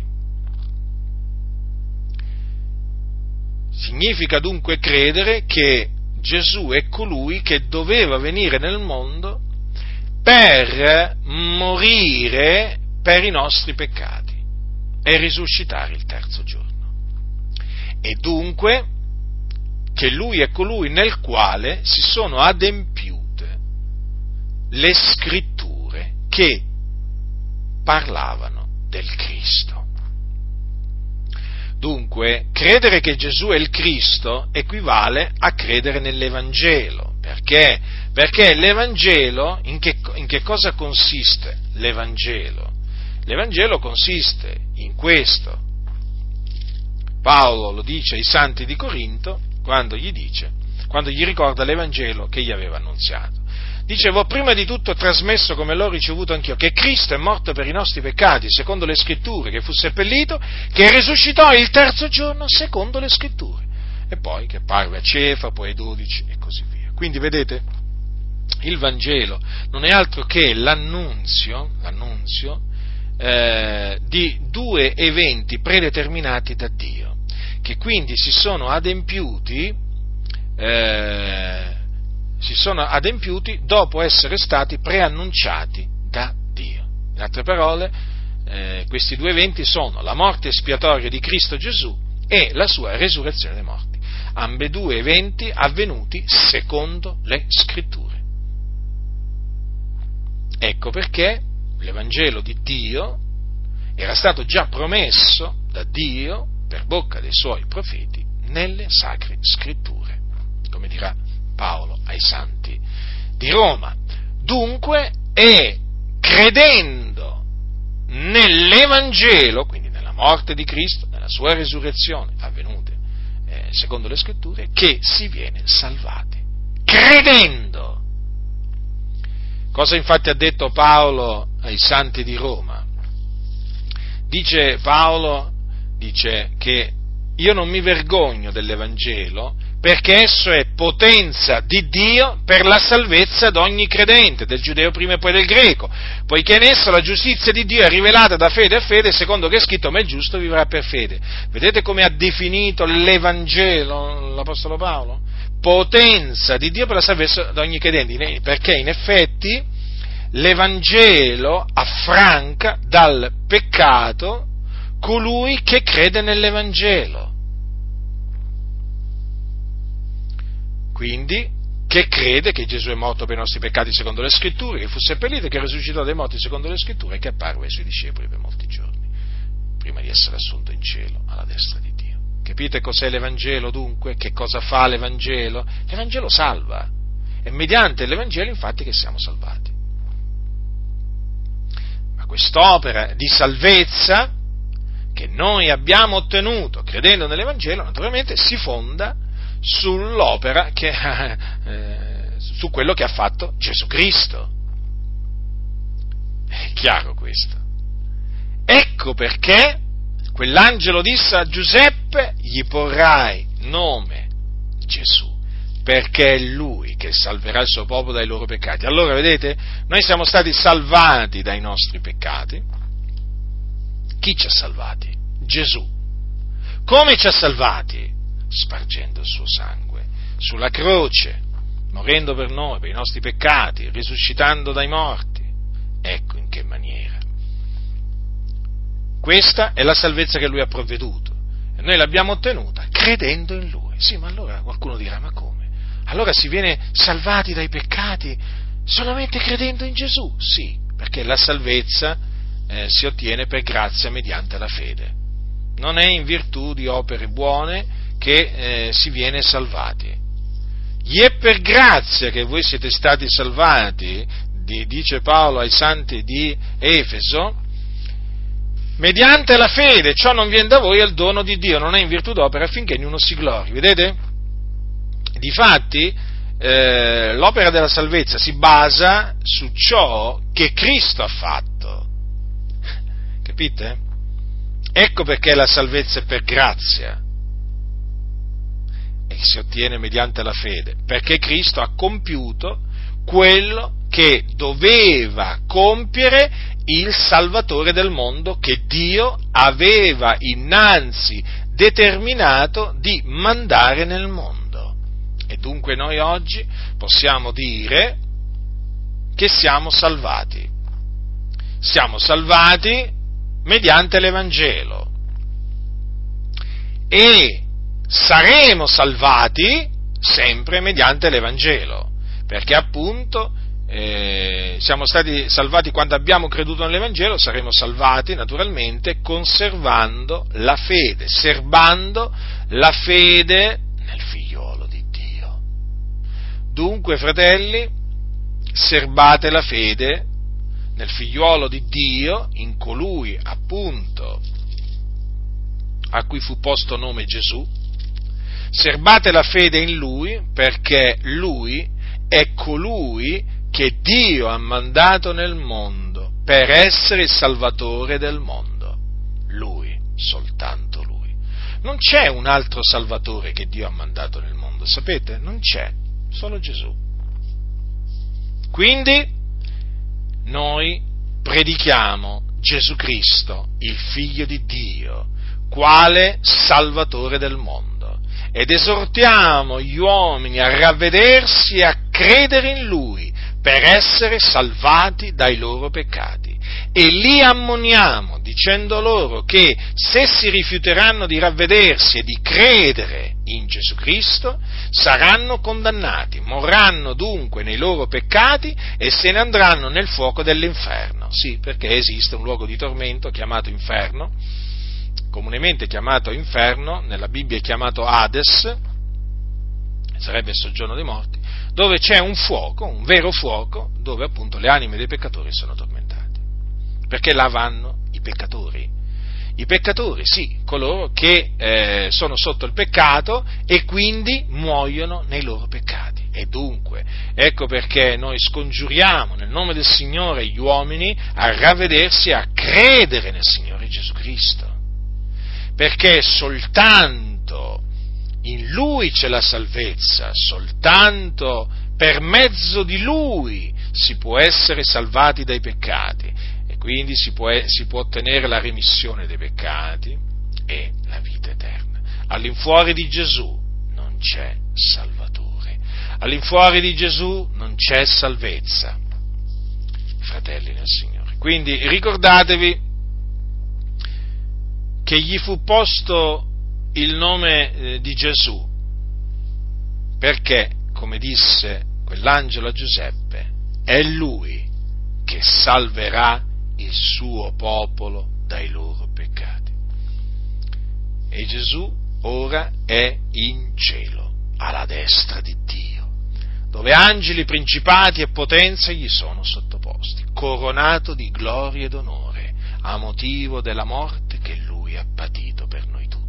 Significa dunque credere che Gesù è colui che doveva venire nel mondo per morire per i nostri peccati e risuscitare il terzo giorno. E dunque che Lui è colui nel quale si sono adempiute le scritture che parlavano del Cristo. Dunque, credere che Gesù è il Cristo equivale a credere nell'Evangelo. Perché? Perché l'Evangelo, in che cosa consiste l'Evangelo? L'Evangelo consiste in questo. Paolo lo dice ai santi di Corinto quando gli ricorda l'Evangelo che gli aveva annunziato. Dicevo, prima di tutto trasmesso come l'ho ricevuto anch'io, che Cristo è morto per i nostri peccati, secondo le Scritture, che fu seppellito, che risuscitò il terzo giorno, secondo le Scritture, e poi che parve a Cefa, poi ai 12 e così via. Quindi vedete, il Vangelo non è altro che l'annunzio di due eventi predeterminati da Dio, che quindi si sono adempiuti dopo essere stati preannunciati da Dio. In altre parole, questi due eventi sono la morte espiatoria di Cristo Gesù e la sua resurrezione dai morti. ambedue eventi avvenuti secondo le Scritture. Ecco perché l'Evangelo di Dio era stato già promesso da Dio per bocca dei suoi profeti nelle Sacre Scritture, come dirà Paolo ai Santi di Roma. Dunque, è credendo nell'Evangelo, quindi nella morte di Cristo, nella sua risurrezione avvenute secondo le Scritture, che si viene salvati. Credendo! Cosa infatti ha detto Paolo ai Santi di Roma? Paolo dice che io non mi vergogno dell'Evangelo perché esso è potenza di Dio per la salvezza di ogni credente, del giudeo prima e poi del greco, poiché in esso la giustizia di Dio è rivelata da fede a fede, secondo che è scritto: ma il giusto vivrà per fede. Vedete come ha definito l'Evangelo l'Apostolo Paolo? Potenza di Dio per la salvezza di ogni credente, perché in effetti l'Evangelo affranca dal peccato colui che crede nell'Evangelo. Quindi, che crede che Gesù è morto per i nostri peccati secondo le Scritture, che fu seppellito, che risuscitò dai morti secondo le Scritture, e che apparve ai suoi discepoli per molti giorni, prima di essere assunto in cielo alla destra di Dio. Capite cos'è l'Evangelo dunque? Che cosa fa l'Evangelo? L'Evangelo salva. È mediante l'Evangelo infatti che siamo salvati. Ma quest'opera di salvezza che noi abbiamo ottenuto credendo nell'Evangelo, naturalmente si fonda sull'opera su quello che ha fatto Gesù Cristo. È chiaro questo. Ecco perché quell'angelo disse a Giuseppe: gli porrai nome Gesù, perché è lui che salverà il suo popolo dai loro peccati. Allora, vedete, noi siamo stati salvati dai nostri peccati. Chi ci ha salvati? Gesù. Come ci ha salvati? Spargendo il suo sangue sulla croce, morendo per noi, per i nostri peccati, risuscitando dai morti. Ecco in che maniera. Questa è la salvezza che Lui ha provveduto, e noi l'abbiamo ottenuta credendo in Lui. Sì, ma allora qualcuno dirà: ma come? Allora si viene salvati dai peccati solamente credendo in Gesù? Sì, perché la salvezza si ottiene per grazia mediante la fede. Non è in virtù di opere buone che si viene salvati. Gli è per grazia che voi siete stati salvati, dice Paolo ai Santi di Efeso, mediante la fede. Ciò non viene da voi, è il dono di Dio, non è in virtù d'opera, affinché ognuno si glori. Vedete? Difatti, l'opera della salvezza si basa su ciò che Cristo ha fatto. Capite? Ecco perché la salvezza è per grazia e si ottiene mediante la fede, perché Cristo ha compiuto quello che doveva compiere il Salvatore del mondo, che Dio aveva innanzi determinato di mandare nel mondo. E dunque noi oggi possiamo dire che siamo salvati. Siamo salvati mediante l'Evangelo e saremo salvati sempre mediante l'Evangelo, perché appunto siamo stati salvati quando abbiamo creduto nell'Evangelo, saremo salvati naturalmente conservando la fede, serbando la fede nel figliolo di Dio. Dunque, fratelli, serbate la fede nel figliuolo di Dio, in colui appunto a cui fu posto nome Gesù. Serbate la fede in Lui, perché Lui è colui che Dio ha mandato nel mondo per essere il Salvatore del mondo. Lui, soltanto Lui. Non c'è un altro Salvatore che Dio ha mandato nel mondo, sapete? Non c'è, solo Gesù. Quindi noi predichiamo Gesù Cristo, il Figlio di Dio, quale Salvatore del mondo, ed esortiamo gli uomini a ravvedersi e a credere in Lui per essere salvati dai loro peccati e li ammoniamo, dicendo loro che se si rifiuteranno di ravvedersi e di credere in Gesù Cristo, saranno condannati, morranno dunque nei loro peccati e se ne andranno nel fuoco dell'inferno. Sì, perché esiste un luogo di tormento chiamato inferno, comunemente chiamato inferno, nella Bibbia è chiamato Hades, sarebbe il soggiorno dei morti, dove c'è un fuoco, un vero fuoco, dove appunto le anime dei peccatori sono tormentate. Perché là vanno i peccatori, sì, coloro che sono sotto il peccato e quindi muoiono nei loro peccati. E dunque, ecco perché noi scongiuriamo nel nome del Signore gli uomini a ravvedersi, a credere nel Signore Gesù Cristo, perché soltanto in Lui c'è la salvezza, soltanto per mezzo di Lui si può essere salvati dai peccati e quindi si può ottenere la remissione dei peccati e la vita eterna. All'infuori di Gesù non c'è Salvatore, all'infuori di Gesù non c'è salvezza, fratelli nel Signore. Quindi ricordatevi che gli fu posto il nome di Gesù, perché, come disse quell'angelo a Giuseppe, è Lui che salverà il suo popolo dai loro peccati. E Gesù ora è in cielo, alla destra di Dio, dove angeli, principati e potenze gli sono sottoposti, coronato di gloria ed onore, a motivo della morte che Lui ha patito per noi tutti.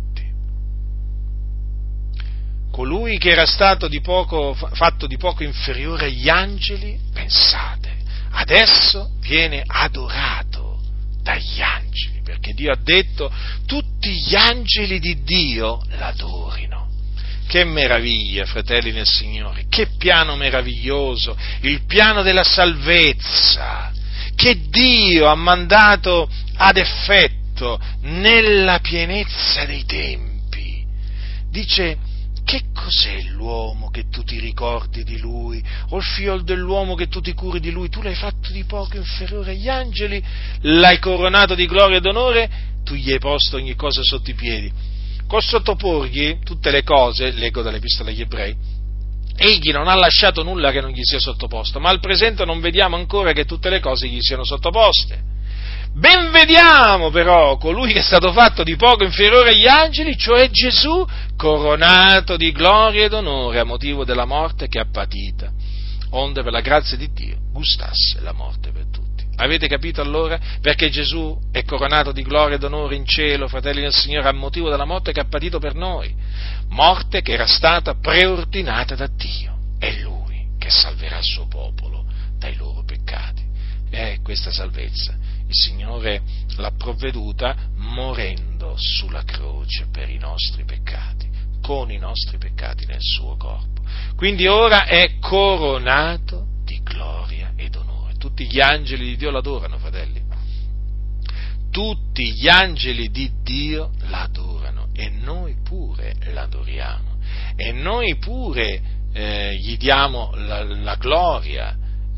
Colui che era stato fatto di poco inferiore agli angeli, pensate, adesso viene adorato dagli angeli, perché Dio ha detto tutti gli angeli di Dio l'adorino. Che meraviglia, fratelli nel Signore, che piano meraviglioso, il piano della salvezza, che Dio ha mandato ad effetto nella pienezza dei tempi. Dice, che cos'è l'uomo che tu ti ricordi di lui, o il figlio dell'uomo che tu ti curi di lui? Tu l'hai fatto di poco inferiore agli angeli, l'hai coronato di gloria ed onore, tu gli hai posto ogni cosa sotto i piedi. Col sottoporgli tutte le cose, leggo dall'Epistola agli Ebrei, egli non ha lasciato nulla che non gli sia sottoposto, ma al presente non vediamo ancora che tutte le cose gli siano sottoposte. Ben vediamo però colui che è stato fatto di poco inferiore agli angeli, cioè Gesù, coronato di gloria ed onore a motivo della morte che ha patita, onde per la grazia di Dio gustasse la morte per tutti. Avete capito allora perché Gesù è coronato di gloria ed onore in cielo, fratelli del Signore, a motivo della morte che ha patito per noi, morte che era stata preordinata da Dio. È Lui che salverà il suo popolo dai loro peccati. È questa salvezza il Signore l'ha provveduta morendo sulla croce per i nostri peccati, con i nostri peccati nel suo corpo. Quindi ora è coronato di gloria ed onore. Tutti gli angeli di Dio l'adorano, fratelli. Tutti gli angeli di Dio l'adorano e noi pure l'adoriamo. E noi pure gli diamo la gloria,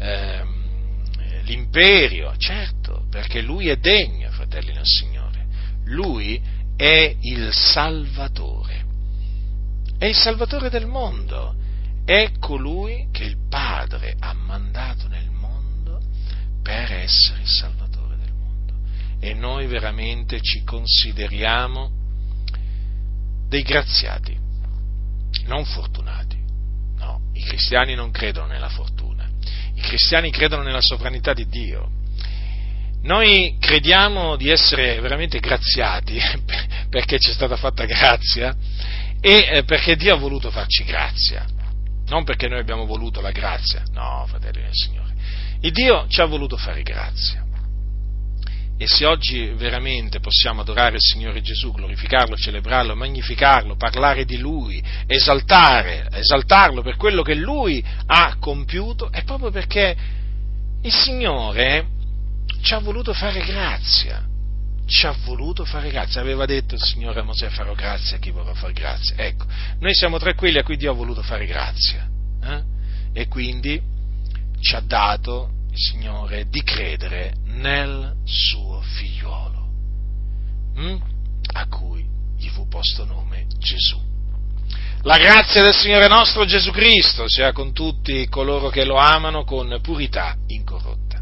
l'imperio, certo, perché Lui è degno, fratelli nel Signore. Lui è il Salvatore del mondo, è colui che il Padre ha mandato nel mondo per essere il Salvatore del mondo. E noi veramente ci consideriamo dei graziati, non fortunati. No, i cristiani non credono nella fortuna. I cristiani credono nella sovranità di Dio. Noi crediamo di essere veramente graziati perché ci è stata fatta grazia e perché Dio ha voluto farci grazia, non perché noi abbiamo voluto la grazia, no, fratelli del Signore. Il Dio ci ha voluto fare grazia. E se oggi veramente possiamo adorare il Signore Gesù, glorificarlo, celebrarlo, magnificarlo, parlare di Lui, esaltarlo per quello che Lui ha compiuto, è proprio perché il Signore ci ha voluto fare grazia. Aveva detto il Signore a Mosè: farò grazia a chi vorrà far grazia. Ecco, noi siamo tra quelli a cui Dio ha voluto fare grazia, e quindi ci ha dato il Signore, di credere nel suo figliuolo, a cui gli fu posto nome Gesù. La grazia del Signore nostro Gesù Cristo sia con tutti coloro che lo amano con purità incorrotta.